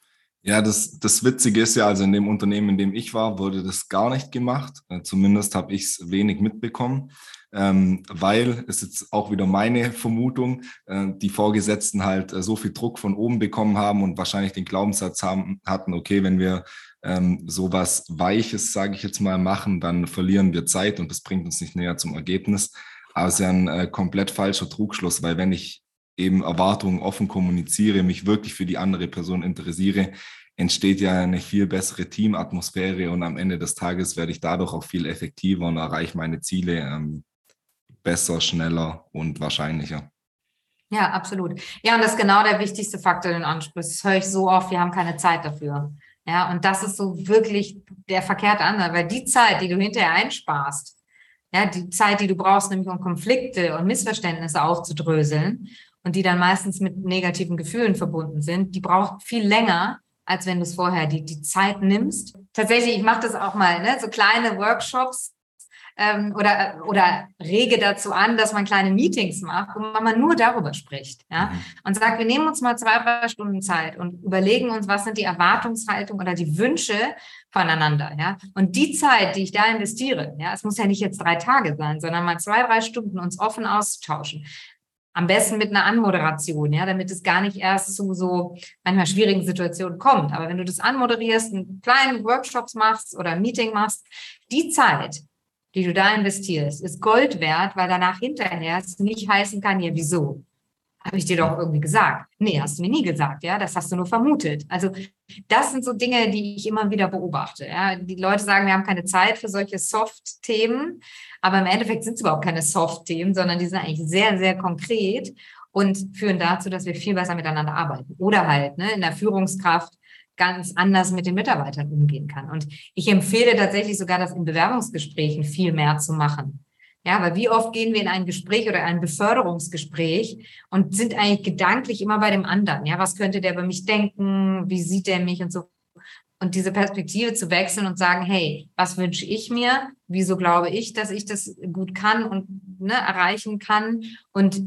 Ja, das, das Witzige ist ja, also in dem Unternehmen, in dem ich war, wurde das gar nicht gemacht. Äh, zumindest habe ich es wenig mitbekommen, ähm, weil, ist jetzt auch wieder meine Vermutung, äh, die Vorgesetzten halt äh, so viel Druck von oben bekommen haben und wahrscheinlich den Glaubenssatz haben, hatten, okay, wenn wir ähm, sowas Weiches, sage ich jetzt mal, machen, dann verlieren wir Zeit und das bringt uns nicht näher zum Ergebnis. Aber es ist ja ein äh, komplett falscher Trugschluss, weil wenn ich eben Erwartungen offen kommuniziere, mich wirklich für die andere Person interessiere, entsteht ja eine viel bessere Teamatmosphäre und am Ende des Tages werde ich dadurch auch viel effektiver und erreiche meine Ziele ähm, besser, schneller und wahrscheinlicher. Ja, absolut. Ja, und das ist genau der wichtigste Faktor, den du ansprichst. Das höre ich so oft, wir haben keine Zeit dafür. Ja, und das ist so wirklich der verkehrte Ansatz, weil die Zeit, die du hinterher einsparst, ja, die Zeit, die du brauchst, nämlich um Konflikte und Missverständnisse aufzudröseln und die dann meistens mit negativen Gefühlen verbunden sind, die braucht viel länger, als wenn du es vorher die, die Zeit nimmst. Tatsächlich, ich mache das auch mal, ne, so kleine Workshops ähm, oder, oder rege dazu an, dass man kleine Meetings macht, wo man nur darüber spricht, ja, mhm. und sagt, wir nehmen uns mal zwei, drei Stunden Zeit und überlegen uns, was sind die Erwartungshaltungen oder die Wünsche voneinander, ja, und die Zeit, die ich da investiere, ja, es muss ja nicht jetzt drei Tage sein, sondern mal zwei, drei Stunden uns offen austauschen. Am besten mit einer Anmoderation, ja, damit es gar nicht erst zu so manchmal schwierigen Situationen kommt. Aber wenn du das anmoderierst, einen kleinen Workshops machst oder ein Meeting machst, die Zeit, die du da investierst, ist Gold wert, weil danach hinterher es nicht heißen kann, ja, wieso? Habe ich dir doch irgendwie gesagt. Nee, hast du mir nie gesagt, ja, das hast du nur vermutet. Also das sind so Dinge, die ich immer wieder beobachte. Ja. Die Leute sagen, wir haben keine Zeit für solche Soft-Themen, aber im Endeffekt sind es überhaupt keine Soft-Themen, sondern die sind eigentlich sehr, sehr konkret und führen dazu, dass wir viel besser miteinander arbeiten. Oder halt ne, in der Führungskraft ganz anders mit den Mitarbeitern umgehen kann. Und ich empfehle tatsächlich sogar, das in Bewerbungsgesprächen viel mehr zu machen. Ja, weil wie oft gehen wir in ein Gespräch oder ein Beförderungsgespräch und sind eigentlich gedanklich immer bei dem anderen. Ja, was könnte der über mich denken? Wie sieht der mich und so? Und diese Perspektive zu wechseln und sagen, hey, was wünsche ich mir? Wieso glaube ich, dass ich das gut kann und ne, erreichen kann? Und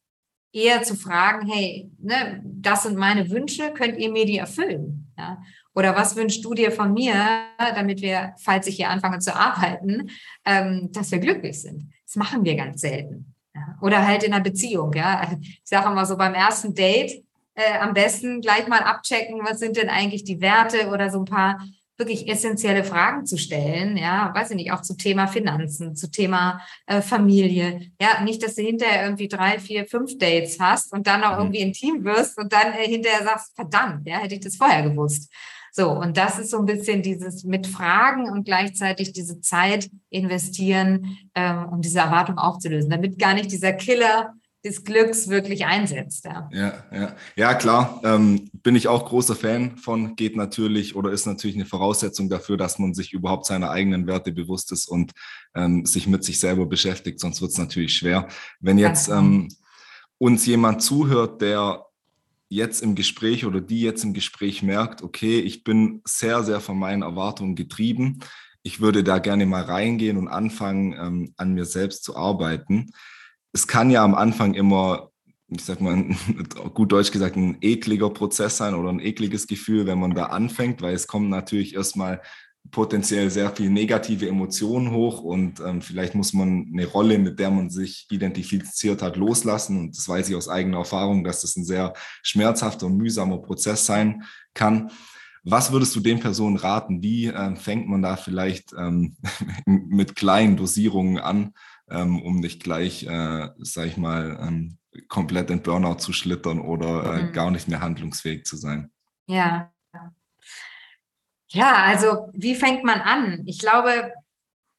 eher zu fragen, hey, ne, das sind meine Wünsche, könnt ihr mir die erfüllen? Ja? Oder was wünschst du dir von mir, damit wir, falls ich hier anfange zu arbeiten, ähm, dass wir glücklich sind? Das machen wir ganz selten. Ja? Oder halt in einer Beziehung. Ja? Ich sage immer so beim ersten Date, äh, am besten gleich mal abchecken, was sind denn eigentlich die Werte oder so ein paar wirklich essentielle Fragen zu stellen, ja, weiß ich nicht, auch zum Thema Finanzen, zu Thema äh, Familie, ja, nicht, dass du hinterher irgendwie drei, vier, fünf Dates hast und dann auch irgendwie intim wirst und dann äh, hinterher sagst, verdammt, ja, hätte ich das vorher gewusst. So, und das ist so ein bisschen dieses mit Fragen und gleichzeitig diese Zeit investieren, ähm, um diese Erwartung aufzulösen, damit gar nicht dieser Killer des Glücks wirklich einsetzt. Ja, ja, ja. Ja klar, ähm, bin ich auch großer Fan von, geht natürlich oder ist natürlich eine Voraussetzung dafür, dass man sich überhaupt seiner eigenen Werte bewusst ist und ähm, sich mit sich selber beschäftigt, sonst wird es natürlich schwer. Wenn jetzt ähm, uns jemand zuhört, der jetzt im Gespräch oder die jetzt im Gespräch merkt, okay, ich bin sehr, sehr von meinen Erwartungen getrieben, ich würde da gerne mal reingehen und anfangen, ähm, an mir selbst zu arbeiten. Es kann ja am Anfang immer, ich sag mal, gut deutsch gesagt, ein ekliger Prozess sein oder ein ekliges Gefühl, wenn man da anfängt, weil es kommen natürlich erstmal potenziell sehr viele negative Emotionen hoch und ähm, vielleicht muss man eine Rolle, mit der man sich identifiziert hat, loslassen. Und das weiß ich aus eigener Erfahrung, dass das ein sehr schmerzhafter und mühsamer Prozess sein kann. Was würdest du den Personen raten? Wie ähm, fängt man da vielleicht ähm, mit kleinen Dosierungen an, ähm, um nicht gleich, äh, sag ich mal, ähm, komplett in Burnout zu schlittern oder äh, mhm. gar nicht mehr handlungsfähig zu sein? Ja. Ja, also wie fängt man an? Ich glaube,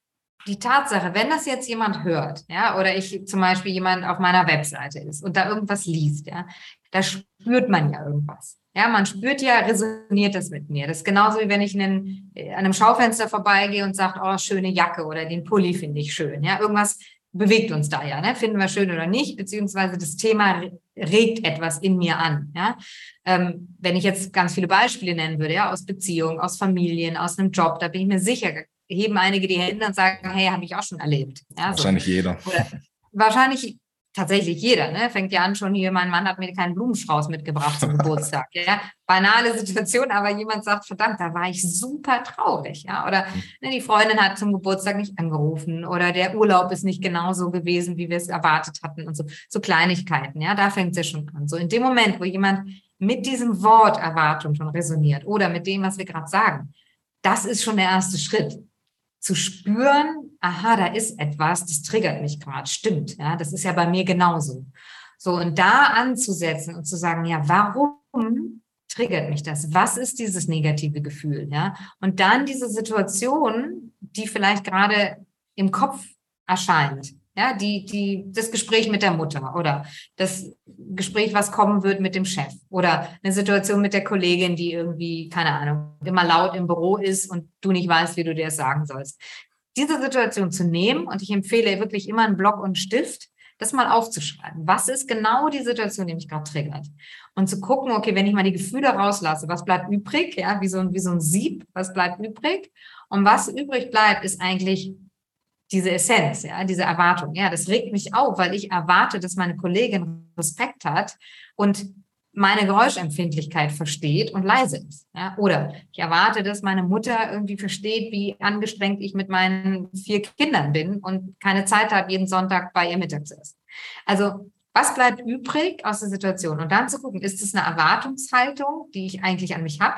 die Tatsache, wenn das jetzt jemand hört, ja, oder ich zum Beispiel jemand auf meiner Webseite ist und da irgendwas liest, ja, da spürt man ja irgendwas. Ja, man spürt ja, resoniert das mit mir. Das ist genauso wie wenn ich einen, an einem Schaufenster vorbeigehe und sage, oh, schöne Jacke oder den Pulli finde ich schön. Ja, irgendwas bewegt uns da ja, ne? Finden wir schön oder nicht, beziehungsweise das Thema regt etwas in mir an. Ja? Ähm, wenn ich jetzt ganz viele Beispiele nennen würde, ja, aus Beziehungen, aus Familien, aus einem Job, da bin ich mir sicher, heben einige die Hände und sagen, hey, habe ich auch schon erlebt. Ja, wahrscheinlich so. jeder. Oder wahrscheinlich tatsächlich jeder, ne? Fängt ja an schon hier, mein Mann hat mir keinen Blumenstrauß mitgebracht zum Geburtstag. Ja? Banale Situation, aber jemand sagt, verdammt, da war ich super traurig. Ja? Oder ne, die Freundin hat zum Geburtstag nicht angerufen oder der Urlaub ist nicht genauso gewesen, wie wir es erwartet hatten und so. So Kleinigkeiten, ja, da fängt es ja schon an. So in dem Moment, wo jemand mit diesem Wort Erwartung schon resoniert oder mit dem, was wir gerade sagen, das ist schon der erste Schritt. Zu spüren, aha, da ist etwas, das triggert mich gerade, stimmt, ja, das ist ja bei mir genauso. So, und da anzusetzen und zu sagen, ja, warum triggert mich das? Was ist dieses negative Gefühl, ja? Und dann diese Situation, die vielleicht gerade im Kopf erscheint, ja, die, die, das Gespräch mit der Mutter oder das Gespräch, was kommen wird mit dem Chef oder eine Situation mit der Kollegin, die irgendwie, keine Ahnung, immer laut im Büro ist und du nicht weißt, wie du dir das sagen sollst. Diese Situation zu nehmen, und ich empfehle wirklich immer einen Block und einen Stift, das mal aufzuschreiben. Was ist genau die Situation, die mich gerade triggert? Und zu gucken, okay, wenn ich mal die Gefühle rauslasse, was bleibt übrig? Ja, wie so ein, wie so ein Sieb, was bleibt übrig? Und was übrig bleibt, ist eigentlich diese Essenz, ja, diese Erwartung. Ja, das regt mich auf, weil ich erwarte, dass meine Kollegin Respekt hat und meine Geräuschempfindlichkeit versteht und leise ist. Ja? Oder ich erwarte, dass meine Mutter irgendwie versteht, wie angestrengt ich mit meinen vier Kindern bin und keine Zeit habe, jeden Sonntag bei ihr Mittag zu essen. Also was bleibt übrig aus der Situation? Und dann zu gucken, ist es eine Erwartungshaltung, die ich eigentlich an mich habe,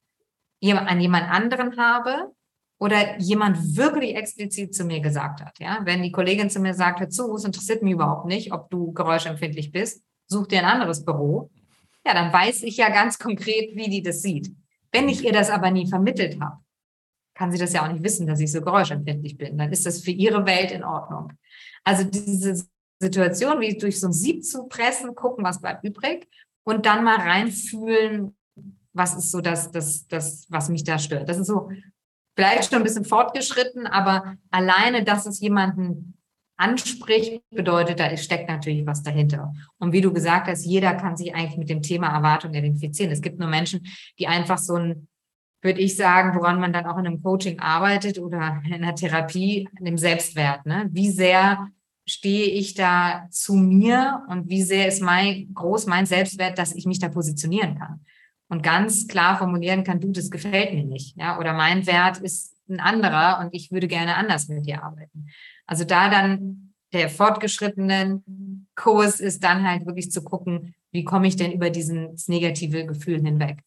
an jemand anderen habe, oder jemand wirklich explizit zu mir gesagt hat. Ja? Wenn die Kollegin zu mir sagt, hör zu, es interessiert mich überhaupt nicht, ob du geräuschempfindlich bist, such dir ein anderes Büro, ja, dann weiß ich ja ganz konkret, wie die das sieht. Wenn ich ihr das aber nie vermittelt habe, kann sie das ja auch nicht wissen, dass ich so geräuschempfindlich bin. Dann ist das für ihre Welt in Ordnung. Also diese Situation, wie durch so ein Sieb zu pressen, gucken, was bleibt übrig und dann mal reinfühlen, was ist so das, das, das, was mich da stört. Das ist so vielleicht schon ein bisschen fortgeschritten, aber alleine, dass es jemanden anspricht, bedeutet, da steckt natürlich was dahinter. Und wie du gesagt hast, jeder kann sich eigentlich mit dem Thema Erwartung identifizieren. Es gibt nur Menschen, die einfach so ein, würde ich sagen, woran man dann auch in einem Coaching arbeitet oder in einer Therapie, in dem Selbstwert. Ne? Wie sehr stehe ich da zu mir und wie sehr ist mein groß mein Selbstwert, dass ich mich da positionieren kann und ganz klar formulieren kann, du, das gefällt mir nicht, ja, oder mein Wert ist ein anderer und ich würde gerne anders mit dir arbeiten. Also da dann der fortgeschrittenen Kurs ist dann halt wirklich zu gucken, wie komme ich denn über dieses negative Gefühl hinweg.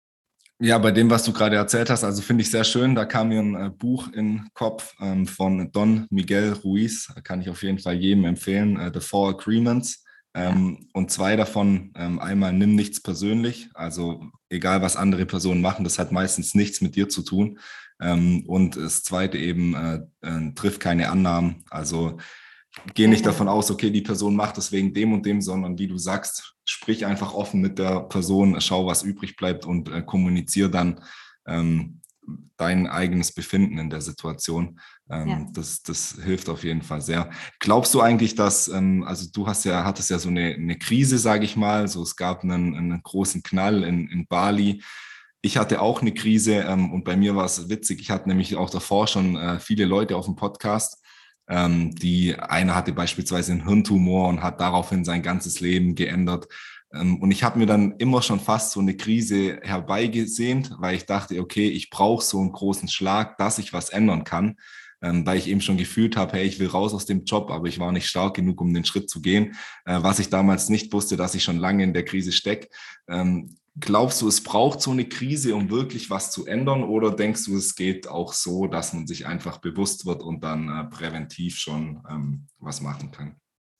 Ja, bei dem, was du gerade erzählt hast, also finde ich sehr schön, da kam mir ein äh, Buch in den Kopf ähm, von Don Miguel Ruiz, kann ich auf jeden Fall jedem empfehlen, äh, The Four Agreements. Ähm, ja. Und zwei davon, ähm, einmal nimm nichts persönlich, also egal was andere Personen machen, das hat meistens nichts mit dir zu tun. Ähm, und das zweite eben, äh, äh, triff keine Annahmen, also geh nicht davon aus, okay, die Person macht es wegen dem und dem, sondern wie du sagst, sprich einfach offen mit der Person, schau, was übrig bleibt und äh, kommuniziere dann ähm, dein eigenes Befinden in der Situation. Ähm, ja. das, das hilft auf jeden Fall sehr. Glaubst du eigentlich, dass, ähm, also du hast ja, hattest ja so eine, eine Krise, sage ich mal, so es gab einen, einen großen Knall in, in Bali. Ich hatte auch eine Krise ähm, und bei mir war es witzig, ich hatte nämlich auch davor schon äh, viele Leute auf dem Podcast. Ähm, die eine hatte beispielsweise einen Hirntumor und hat daraufhin sein ganzes Leben geändert. Ähm, und ich habe mir dann immer schon fast so eine Krise herbeigesehnt, weil ich dachte, okay, ich brauche so einen großen Schlag, dass ich was ändern kann, ähm, weil ich eben schon gefühlt habe, hey, ich will raus aus dem Job, aber ich war nicht stark genug, um den Schritt zu gehen, äh, was ich damals nicht wusste, dass ich schon lange in der Krise stecke. Ähm, Glaubst du, es braucht so eine Krise, um wirklich was zu ändern? Oder denkst du, es geht auch so, dass man sich einfach bewusst wird und dann äh, präventiv schon ähm, was machen kann?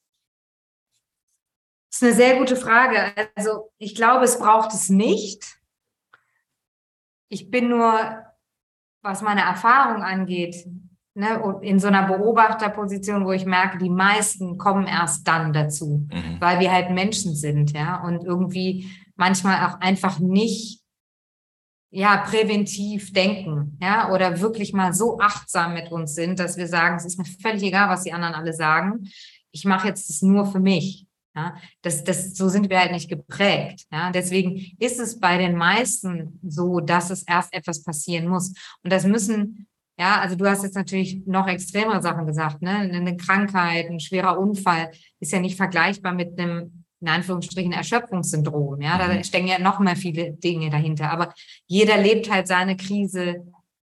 Das ist eine sehr gute Frage. Also ich glaube, es braucht es nicht. Ich bin nur, was meine Erfahrung angeht, ne, in so einer Beobachterposition, wo ich merke, die meisten kommen erst dann dazu, mhm. weil wir halt Menschen sind, ja, und irgendwie manchmal auch einfach nicht ja, präventiv denken, ja, oder wirklich mal so achtsam mit uns sind, dass wir sagen, es ist mir völlig egal, was die anderen alle sagen. Ich mache jetzt das nur für mich. Ja, das, das, so sind wir halt nicht geprägt. Ja, deswegen ist es bei den meisten so, dass es erst etwas passieren muss. Und das müssen, ja, also du hast jetzt natürlich noch extremere Sachen gesagt, ne? Eine Krankheit, ein schwerer Unfall ist ja nicht vergleichbar mit einem, in Anführungsstrichen, Erschöpfungssyndrom. Ja, da stecken ja noch mehr viele Dinge dahinter. Aber jeder lebt halt seine Krise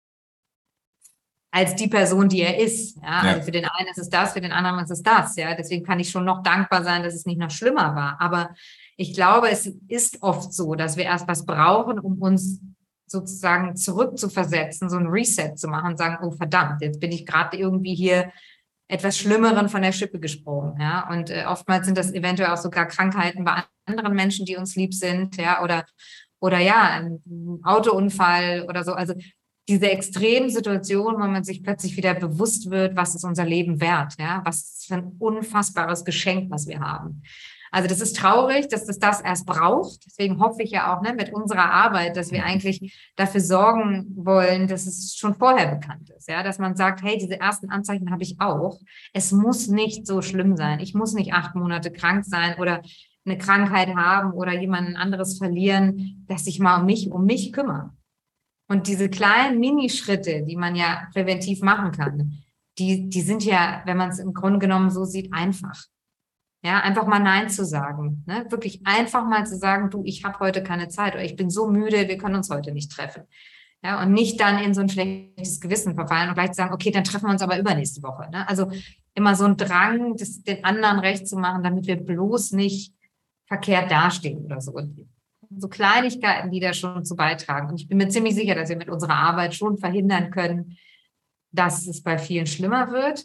als die Person, die er ist. Ja, ja. Also für den einen ist es das, für den anderen ist es das. Ja, deswegen kann ich schon noch dankbar sein, dass es nicht noch schlimmer war. Aber ich glaube, es ist oft so, dass wir erst was brauchen, um uns sozusagen zurückzuversetzen, so ein Reset zu machen und sagen, oh verdammt, jetzt bin ich gerade irgendwie hier etwas Schlimmeren von der Schippe gesprungen, ja, und äh, oftmals sind das eventuell auch sogar Krankheiten bei anderen Menschen, die uns lieb sind, ja, oder, oder ja, ein Autounfall oder so, also diese extremen Situationen, wo man sich plötzlich wieder bewusst wird, was ist unser Leben wert, ja, was ist für ein unfassbares Geschenk, was wir haben. Also das ist traurig, dass das das erst braucht. Deswegen hoffe ich ja auch, ne, mit unserer Arbeit, dass wir eigentlich dafür sorgen wollen, dass es schon vorher bekannt ist. Ja, dass man sagt, hey, diese ersten Anzeichen habe ich auch. Es muss nicht so schlimm sein. Ich muss nicht acht Monate krank sein oder eine Krankheit haben oder jemanden anderes verlieren, dass ich mal um mich, um mich kümmere. Und diese kleinen Minischritte, die man ja präventiv machen kann, die, die sind ja, wenn man es im Grunde genommen so sieht, einfach. Ja, einfach mal Nein zu sagen, ne? Wirklich einfach mal zu sagen, du, ich habe heute keine Zeit oder ich bin so müde, wir können uns heute nicht treffen. Ja, und nicht dann in so ein schlechtes Gewissen verfallen und gleich zu sagen, okay, dann treffen wir uns aber übernächste Woche. Ne? Also immer so ein Drang, das den anderen recht zu machen, damit wir bloß nicht verkehrt dastehen oder so. So Kleinigkeiten, die da schon zu beitragen. Und ich bin mir ziemlich sicher, dass wir mit unserer Arbeit schon verhindern können, dass es bei vielen schlimmer wird.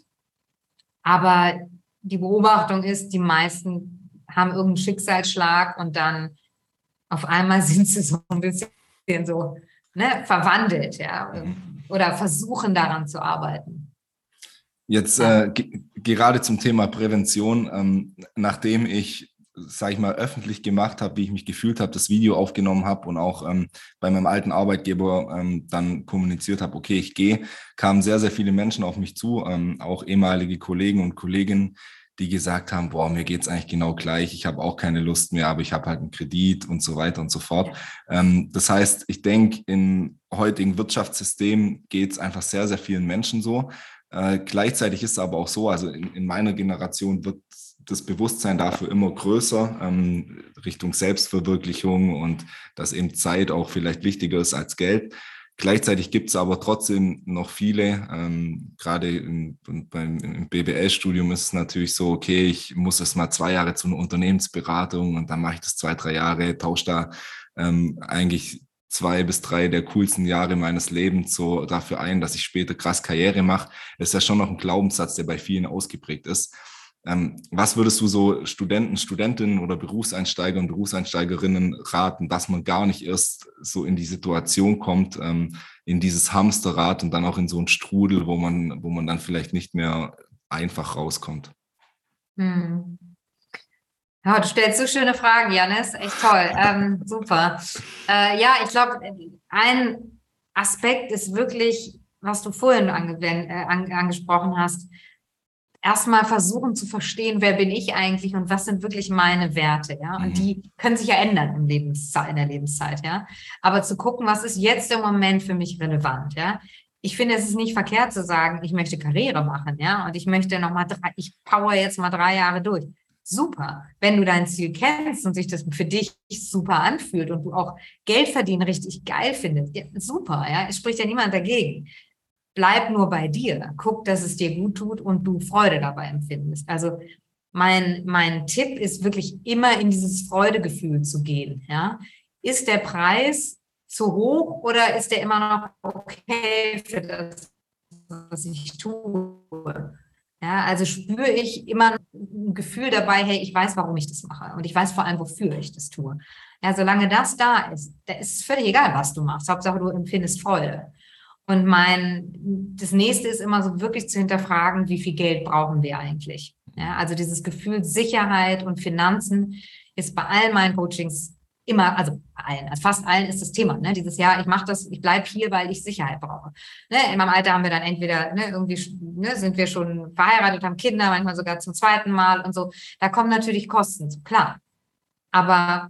Aber die Beobachtung ist, die meisten haben irgendeinen Schicksalsschlag und dann auf einmal sind sie so ein bisschen so, ne, verwandelt, ja, oder versuchen daran zu arbeiten. Jetzt ja. äh, g- gerade zum Thema Prävention, ähm, nachdem ich, sage ich mal, öffentlich gemacht habe, wie ich mich gefühlt habe, das Video aufgenommen habe und auch ähm, bei meinem alten Arbeitgeber ähm, dann kommuniziert habe, okay, ich gehe, kamen sehr, sehr viele Menschen auf mich zu, ähm, auch ehemalige Kollegen und Kolleginnen, die gesagt haben, boah, mir geht's eigentlich genau gleich, ich habe auch keine Lust mehr, aber ich habe halt einen Kredit und so weiter und so fort. Ähm, das heißt, ich denke, im heutigen Wirtschaftssystem geht's einfach sehr, sehr vielen Menschen so. Äh, gleichzeitig ist es aber auch so, also in, in meiner Generation wird das Bewusstsein dafür immer größer, ähm, Richtung Selbstverwirklichung und dass eben Zeit auch vielleicht wichtiger ist als Geld. Gleichzeitig gibt es aber trotzdem noch viele, ähm, gerade in, beim, im B W L-Studium ist es natürlich so, okay, ich muss erst mal zwei Jahre zu einer Unternehmensberatung und dann mache ich das zwei, drei Jahre, tausche da ähm, eigentlich zwei bis drei der coolsten Jahre meines Lebens so dafür ein, dass ich später krass Karriere mache. Das ist ja schon noch ein Glaubenssatz, der bei vielen ausgeprägt ist. Ähm, was würdest du so Studenten, Studentinnen oder Berufseinsteiger und Berufseinsteigerinnen raten, dass man gar nicht erst so in die Situation kommt, ähm, in dieses Hamsterrad und dann auch in so einen Strudel, wo man, wo man dann vielleicht nicht mehr einfach rauskommt? Hm. Ja, du stellst so schöne Fragen, Jannis. Echt toll. Ähm, super. Äh, ja, ich glaube, ein Aspekt ist wirklich, was du vorhin angewend, äh, an, angesprochen hast, erstmal versuchen zu verstehen, wer bin ich eigentlich und was sind wirklich meine Werte, ja? Und mhm. die können sich ja ändern im Lebenszeit, in der Lebenszeit, ja? Aber zu gucken, was ist jetzt im Moment für mich relevant, ja? Ich finde, es ist nicht verkehrt zu sagen, ich möchte Karriere machen, ja? Und ich möchte noch mal drei, ich power jetzt mal drei Jahre durch. Super. Wenn du dein Ziel kennst und sich das für dich super anfühlt und du auch Geld verdienen richtig geil findest, ja, super, ja? Es spricht ja niemand dagegen. Bleib nur bei dir. Guck, dass es dir gut tut und du Freude dabei empfindest. Also mein, mein Tipp ist wirklich immer in dieses Freudegefühl zu gehen. Ja? Ist der Preis zu hoch oder ist der immer noch okay für das, was ich tue? Ja, also spüre ich immer ein Gefühl dabei, hey, ich weiß, warum ich das mache und ich weiß vor allem, wofür ich das tue. Ja, solange das da ist, da ist es völlig egal, was du machst. Hauptsache, du empfindest Freude. Und mein, das nächste ist immer so wirklich zu hinterfragen, wie viel Geld brauchen wir eigentlich? Ja, also dieses Gefühl Sicherheit und Finanzen ist bei all meinen Coachings immer, also bei allen, also fast allen ist das Thema, ne? Dieses Jahr, ich mache das, ich bleibe hier, weil ich Sicherheit brauche. Ne? In meinem Alter haben wir dann entweder, ne, irgendwie, ne, sind wir schon verheiratet, haben Kinder, manchmal sogar zum zweiten Mal und so. Da kommen natürlich Kosten, klar. Aber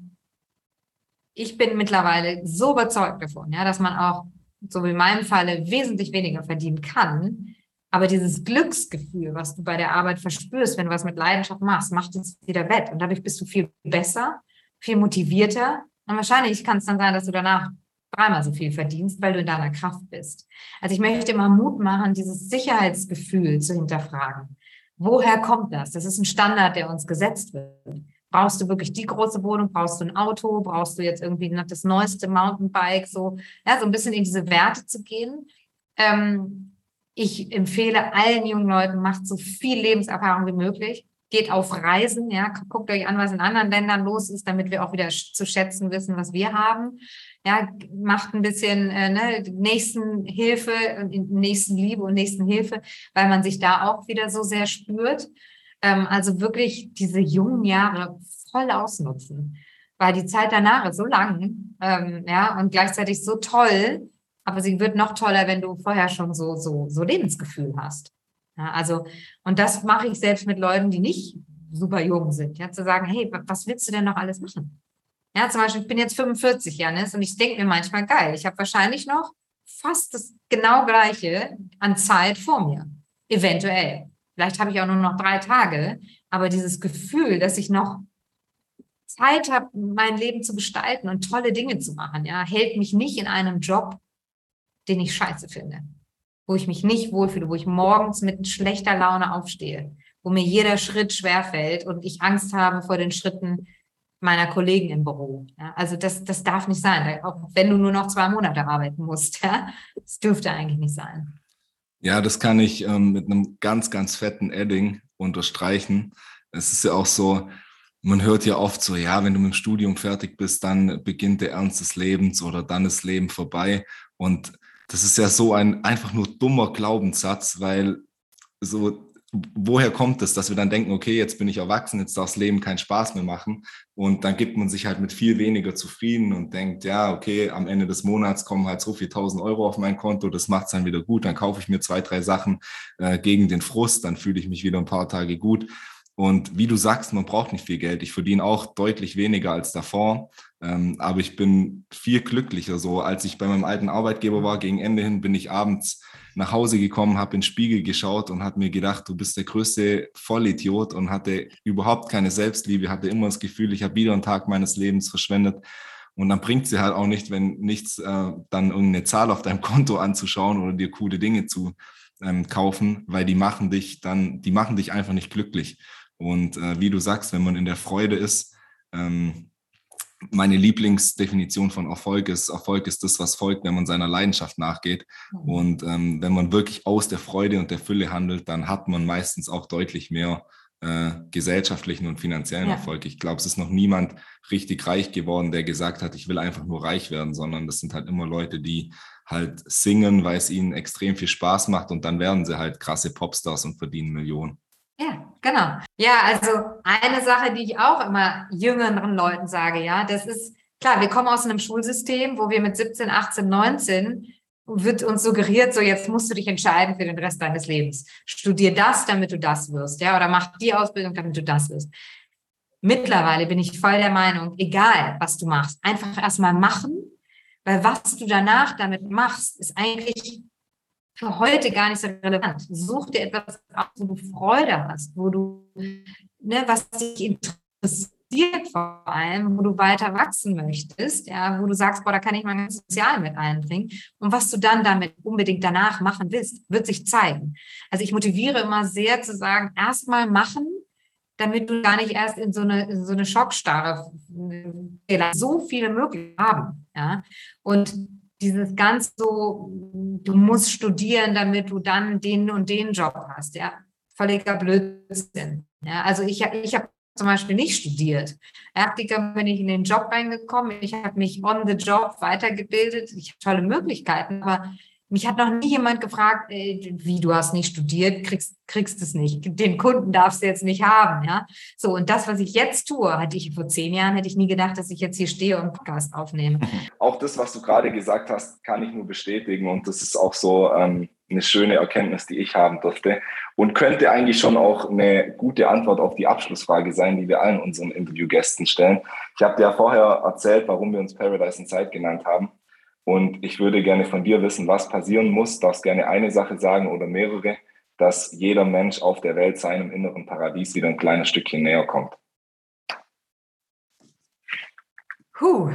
ich bin mittlerweile so überzeugt davon, ja, dass man auch, so wie in meinem Falle, wesentlich weniger verdienen kann. Aber dieses Glücksgefühl, was du bei der Arbeit verspürst, wenn du was mit Leidenschaft machst, macht es wieder wett. Und dadurch bist du viel besser, viel motivierter. Und wahrscheinlich kann es dann sein, dass du danach dreimal so viel verdienst, weil du in deiner Kraft bist. Also ich möchte immer Mut machen, dieses Sicherheitsgefühl zu hinterfragen. Woher kommt das? Das ist ein Standard, der uns gesetzt wird. Brauchst du wirklich die große Wohnung? Brauchst du ein Auto? Brauchst du jetzt irgendwie das neueste Mountainbike? So, ja, so ein bisschen in diese Werte zu gehen. Ähm, ich empfehle allen jungen Leuten, macht so viel Lebenserfahrung wie möglich. Geht auf Reisen, ja, guckt euch an, was in anderen Ländern los ist, damit wir auch wieder zu schätzen wissen, was wir haben. Ja, macht ein bisschen äh, ne, Nächstenhilfe, Nächstenliebe und Nächstenhilfe, weil man sich da auch wieder so sehr spürt. Ähm, also wirklich diese jungen Jahre voll ausnutzen, weil die Zeit danach ist so lang, ähm, ja, und gleichzeitig so toll, aber sie wird noch toller, wenn du vorher schon so, so, so Lebensgefühl hast. Ja, also, und das mache ich selbst mit Leuten, die nicht super jung sind, ja, zu sagen, hey, was willst du denn noch alles machen? Ja, zum Beispiel, ich bin jetzt fünfundvierzig, Janis, und ich denke mir manchmal, geil, ich habe wahrscheinlich noch fast das genau Gleiche an Zeit vor mir. Eventuell. Vielleicht habe ich auch nur noch drei Tage, aber dieses Gefühl, dass ich noch Zeit habe, mein Leben zu gestalten und tolle Dinge zu machen, ja, hält mich nicht in einem Job, den ich scheiße finde, wo ich mich nicht wohlfühle, wo ich morgens mit schlechter Laune aufstehe, wo mir jeder Schritt schwerfällt und ich Angst habe vor den Schritten meiner Kollegen im Büro. Ja, also das, das darf nicht sein, auch wenn du nur noch zwei Monate arbeiten musst. Ja, das dürfte eigentlich nicht sein. Ja, das kann ich ähm, mit einem ganz, ganz fetten Adding unterstreichen. Es ist ja auch so, man hört ja oft so, ja, wenn du mit dem Studium fertig bist, dann beginnt der Ernst des Lebens oder dann ist Leben vorbei. Und das ist ja so ein einfach nur dummer Glaubenssatz, weil so, woher kommt es, dass wir dann denken, okay, jetzt bin ich erwachsen, jetzt darf das Leben keinen Spaß mehr machen und dann gibt man sich halt mit viel weniger zufrieden und denkt, ja, okay, am Ende des Monats kommen halt so viel tausend Euro auf mein Konto, das macht es dann wieder gut, dann kaufe ich mir zwei, drei Sachen äh, gegen den Frust, dann fühle ich mich wieder ein paar Tage gut. Und wie du sagst, man braucht nicht viel Geld. Ich verdiene auch deutlich weniger als davor, ähm, aber ich bin viel glücklicher. So, als ich bei meinem alten Arbeitgeber war, gegen Ende hin, bin ich abends nach Hause gekommen, habe in den Spiegel geschaut und habe mir gedacht, du bist der größte Vollidiot und hatte überhaupt keine Selbstliebe, hatte immer das Gefühl, ich habe wieder einen Tag meines Lebens verschwendet. Und dann bringt sie halt auch nicht, wenn nichts, äh, dann irgendeine Zahl auf deinem Konto anzuschauen oder dir coole Dinge zu ähm, kaufen, weil die machen dich dann, die machen dich einfach nicht glücklich. Und äh, wie du sagst, wenn man in der Freude ist, ähm, meine Lieblingsdefinition von Erfolg ist, Erfolg ist das, was folgt, wenn man seiner Leidenschaft nachgeht. Mhm. Und ähm, wenn man wirklich aus der Freude und der Fülle handelt, dann hat man meistens auch deutlich mehr äh, gesellschaftlichen und finanziellen ja. Erfolg. Ich glaube, es ist noch niemand richtig reich geworden, der gesagt hat, ich will einfach nur reich werden, sondern das sind halt immer Leute, die halt singen, weil es ihnen extrem viel Spaß macht und dann werden sie halt krasse Popstars und verdienen Millionen. Ja, genau. Ja, also eine Sache, die ich auch immer jüngeren Leuten sage, ja, das ist, klar, wir kommen aus einem Schulsystem, wo wir mit siebzehn, achtzehn, neunzehn wird uns suggeriert, so jetzt musst du dich entscheiden für den Rest deines Lebens. Studier das, damit du das wirst, ja, oder mach die Ausbildung, damit du das wirst. Mittlerweile bin ich voll der Meinung, egal, was du machst, einfach erstmal machen, weil was du danach damit machst, ist eigentlich für heute gar nicht so relevant. Such dir etwas aus, wo du Freude hast, wo du, ne, was dich interessiert vor allem, wo du weiter wachsen möchtest, ja, wo du sagst, boah, da kann ich mein ganzes Sozial mit einbringen. Und was du dann damit unbedingt danach machen willst, wird sich zeigen. Also ich motiviere immer sehr zu sagen, erstmal machen, damit du gar nicht erst in so eine, in so eine Schockstarre, so viele Möglichkeiten haben, ja. Und dieses ganz so, du musst studieren, damit du dann den und den Job hast, ja, völliger Blödsinn. Ja, also ich, ich habe zum Beispiel nicht studiert. Praktiker bin ich in den Job reingekommen, ich habe mich on the job weitergebildet, ich habe tolle Möglichkeiten, aber mich hat noch nie jemand gefragt, äh, wie, du hast nicht studiert, kriegst, kriegst es nicht. Den Kunden darfst du jetzt nicht haben, ja. So, und das, was ich jetzt tue, hatte ich vor zehn Jahren, hätte ich nie gedacht, dass ich jetzt hier stehe und einen Podcast aufnehme. Auch das, was du gerade gesagt hast, kann ich nur bestätigen. Und das ist auch so ähm, eine schöne Erkenntnis, die ich haben durfte. Und könnte eigentlich schon auch eine gute Antwort auf die Abschlussfrage sein, die wir allen unseren Interviewgästen stellen. Ich habe dir ja vorher erzählt, warum wir uns Paradise Inside genannt haben. Und ich würde gerne von dir wissen, was passieren muss. Du darfst gerne eine Sache sagen oder mehrere, dass jeder Mensch auf der Welt seinem inneren Paradies wieder ein kleines Stückchen näher kommt. Puh.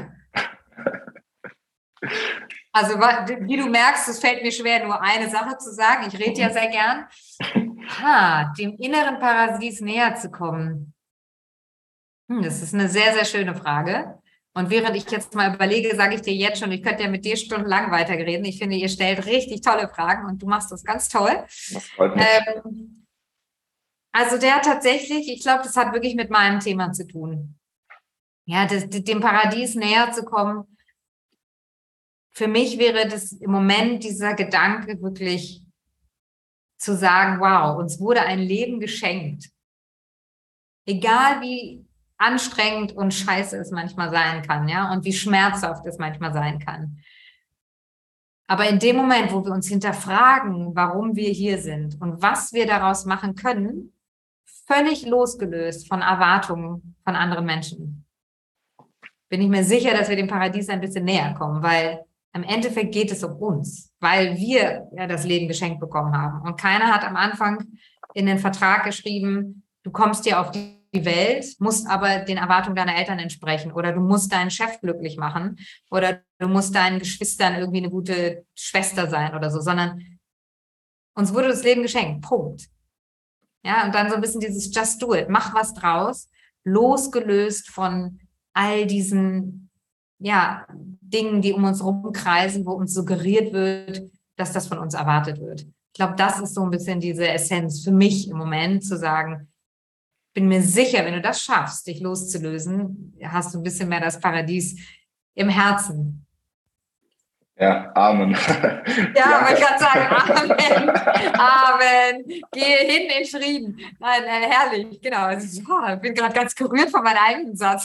Also wie du merkst, es fällt mir schwer, nur eine Sache zu sagen. Ich rede ja sehr gern. Ha, dem inneren Paradies näher zu kommen. Hm, das ist eine sehr, sehr schöne Frage. Und während ich jetzt mal überlege, sage ich dir jetzt schon, ich könnte ja mit dir stundenlang weiterreden. Ich finde, ihr stellt richtig tolle Fragen und du machst das ganz toll. Das freut mich. Ähm, also der hat tatsächlich, ich glaube, das hat wirklich mit meinem Thema zu tun. Ja, das, dem Paradies näher zu kommen. Für mich wäre das im Moment dieser Gedanke wirklich zu sagen, wow, uns wurde ein Leben geschenkt. Egal wie anstrengend und scheiße es manchmal sein kann, ja, und wie schmerzhaft es manchmal sein kann. Aber in dem Moment, wo wir uns hinterfragen, warum wir hier sind und was wir daraus machen können, völlig losgelöst von Erwartungen von anderen Menschen, bin ich mir sicher, dass wir dem Paradies ein bisschen näher kommen, weil im Endeffekt geht es um uns, weil wir ja das Leben geschenkt bekommen haben. Und keiner hat am Anfang in den Vertrag geschrieben, du kommst hier auf die Welt, musst aber den Erwartungen deiner Eltern entsprechen oder du musst deinen Chef glücklich machen oder du musst deinen Geschwistern irgendwie eine gute Schwester sein oder so, sondern uns wurde das Leben geschenkt, Punkt. Ja, und dann so ein bisschen dieses Just do it, mach was draus, losgelöst von all diesen, ja, Dingen, die um uns rumkreisen, wo uns suggeriert wird, dass das von uns erwartet wird. Ich glaube, das ist so ein bisschen diese Essenz für mich im Moment, zu sagen, bin mir sicher, wenn du das schaffst, dich loszulösen, hast du ein bisschen mehr das Paradies im Herzen. Ja, Amen. Ja, ja. Man kann sagen, Amen, Amen, gehe hin in Frieden. Nein, äh, herrlich, genau. Also, oh, ich bin gerade ganz gerührt von meinem eigenen Satz.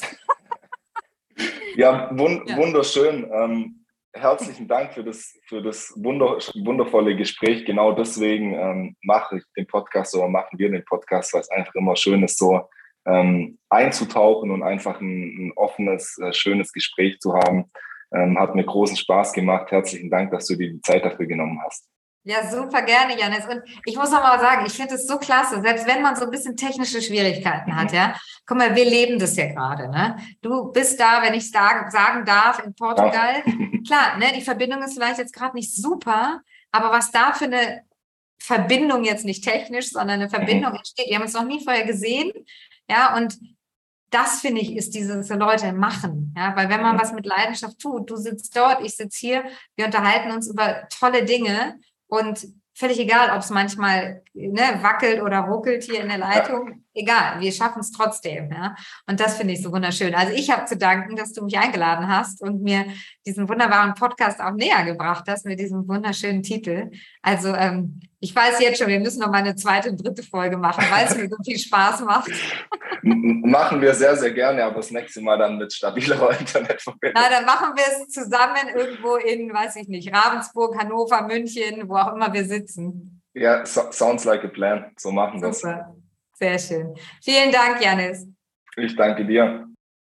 Ja, wund- ja. wunderschön. Ähm, herzlichen Dank für das, für das wunder- wundervolle Gespräch. Genau deswegen ähm, mache ich den Podcast oder machen wir den Podcast, weil es einfach immer schön ist, so ähm, einzutauchen und einfach ein, ein offenes, äh, schönes Gespräch zu haben. Ähm, hat mir großen Spaß gemacht. Herzlichen Dank, dass du dir die Zeit dafür genommen hast. Ja, super gerne, Janis. Und ich muss noch mal sagen, ich finde es so klasse, selbst wenn man so ein bisschen technische Schwierigkeiten mhm. hat, ja. Guck mal, wir leben das ja gerade, ne? Du bist da, wenn ich sagen, sagen darf, in Portugal. Ja. Klar, ne, die Verbindung ist vielleicht jetzt gerade nicht super, aber was da für eine Verbindung, jetzt nicht technisch, sondern eine Verbindung mhm. entsteht, wir haben uns noch nie vorher gesehen, ja, und das, finde ich, ist dieses Leute machen, ja, weil wenn man was mit Leidenschaft tut, du sitzt dort, ich sitze hier, wir unterhalten uns über tolle Dinge. Und völlig egal, ob es manchmal ne, wackelt oder ruckelt hier in der Leitung, ja. Egal, wir schaffen es trotzdem. Ja? Und das finde ich so wunderschön. Also ich habe zu danken, dass du mich eingeladen hast und mir diesen wunderbaren Podcast auch näher gebracht hast mit diesem wunderschönen Titel. Also ähm, ich weiß jetzt schon, wir müssen noch mal eine zweite und dritte Folge machen, weil es mir so viel Spaß macht. Machen wir sehr, sehr gerne, aber das nächste Mal dann mit stabilerer Internetverbindung. Na, dann machen wir es zusammen irgendwo in, weiß ich nicht, Ravensburg, Hannover, München, wo auch immer wir sitzen. Ja, so, sounds like a plan. So machen wir es. Super, sehr schön. Vielen Dank, Janis. Ich danke dir.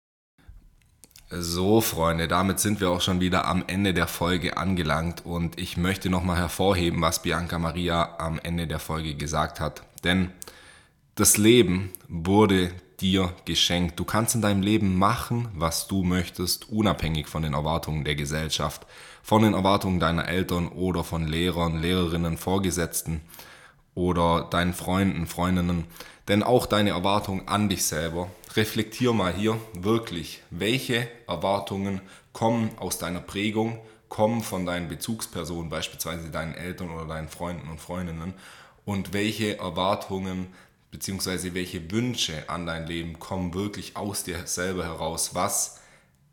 So, Freunde, damit sind wir auch schon wieder am Ende der Folge angelangt und ich möchte nochmal hervorheben, was Bianca Maria am Ende der Folge gesagt hat. Denn das Leben wurde dir geschenkt. Du kannst in deinem Leben machen, was du möchtest, unabhängig von den Erwartungen der Gesellschaft, von den Erwartungen deiner Eltern oder von Lehrern, Lehrerinnen, Vorgesetzten oder deinen Freunden, Freundinnen. Denn auch deine Erwartungen an dich selber. Reflektier mal hier wirklich, welche Erwartungen kommen aus deiner Prägung, kommen von deinen Bezugspersonen, beispielsweise deinen Eltern oder deinen Freunden und Freundinnen, und welche Erwartungen beziehungsweise welche Wünsche an dein Leben kommen wirklich aus dir selber heraus. Was,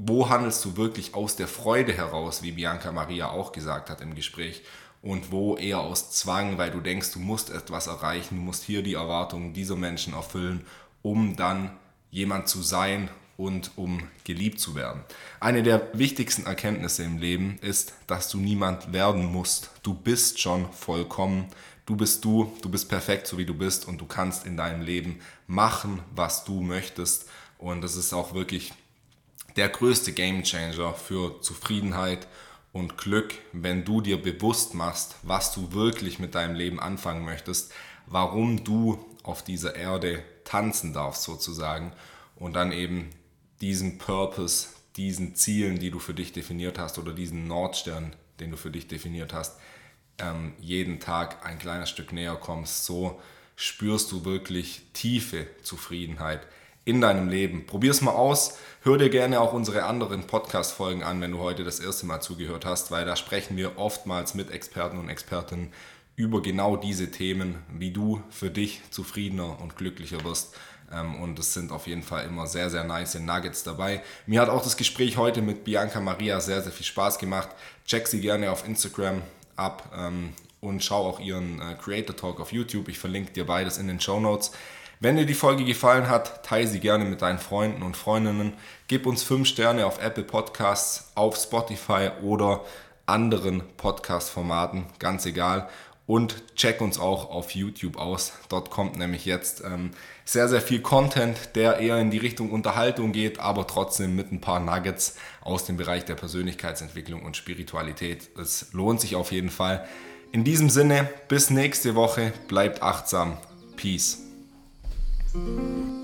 wo handelst du wirklich aus der Freude heraus, wie Bianca Maria auch gesagt hat im Gespräch, und wo eher aus Zwang, weil du denkst, du musst etwas erreichen, du musst hier die Erwartungen dieser Menschen erfüllen, um dann jemand zu sein und um geliebt zu werden. Eine der wichtigsten Erkenntnisse im Leben ist, dass du niemand werden musst. Du bist schon vollkommen. Du bist du, du bist perfekt, so wie du bist, und du kannst in deinem Leben machen, was du möchtest. Und das ist auch wirklich der größte Gamechanger für Zufriedenheit und Glück, wenn du dir bewusst machst, was du wirklich mit deinem Leben anfangen möchtest, warum du auf dieser Erde tanzen darfst sozusagen, und dann eben diesen Purpose, diesen Zielen, die du für dich definiert hast, oder diesen Nordstern, den du für dich definiert hast, ähm, jeden Tag ein kleines Stück näher kommst. So spürst du wirklich tiefe Zufriedenheit in deinem Leben. Probier es mal aus. Hör dir gerne auch unsere anderen Podcast-Folgen an, wenn du heute das erste Mal zugehört hast, weil da sprechen wir oftmals mit Experten und Expertinnen über genau diese Themen, wie du für dich zufriedener und glücklicher wirst. Und es sind auf jeden Fall immer sehr, sehr nice Nuggets dabei. Mir hat auch das Gespräch heute mit Bianca Maria sehr, sehr viel Spaß gemacht. Check sie gerne auf Instagram ab und schau auch ihren Creator Talk auf YouTube. Ich verlinke dir beides in den Shownotes. Wenn dir die Folge gefallen hat, teile sie gerne mit deinen Freunden und Freundinnen. Gib uns fünf Sterne auf Apple Podcasts, auf Spotify oder anderen Podcast-Formaten, ganz egal. Und check uns auch auf YouTube aus. Dort kommt nämlich jetzt ähm, sehr, sehr viel Content, der eher in die Richtung Unterhaltung geht, aber trotzdem mit ein paar Nuggets aus dem Bereich der Persönlichkeitsentwicklung und Spiritualität. Es lohnt sich auf jeden Fall. In diesem Sinne, bis nächste Woche. Bleibt achtsam. Peace. Thank you.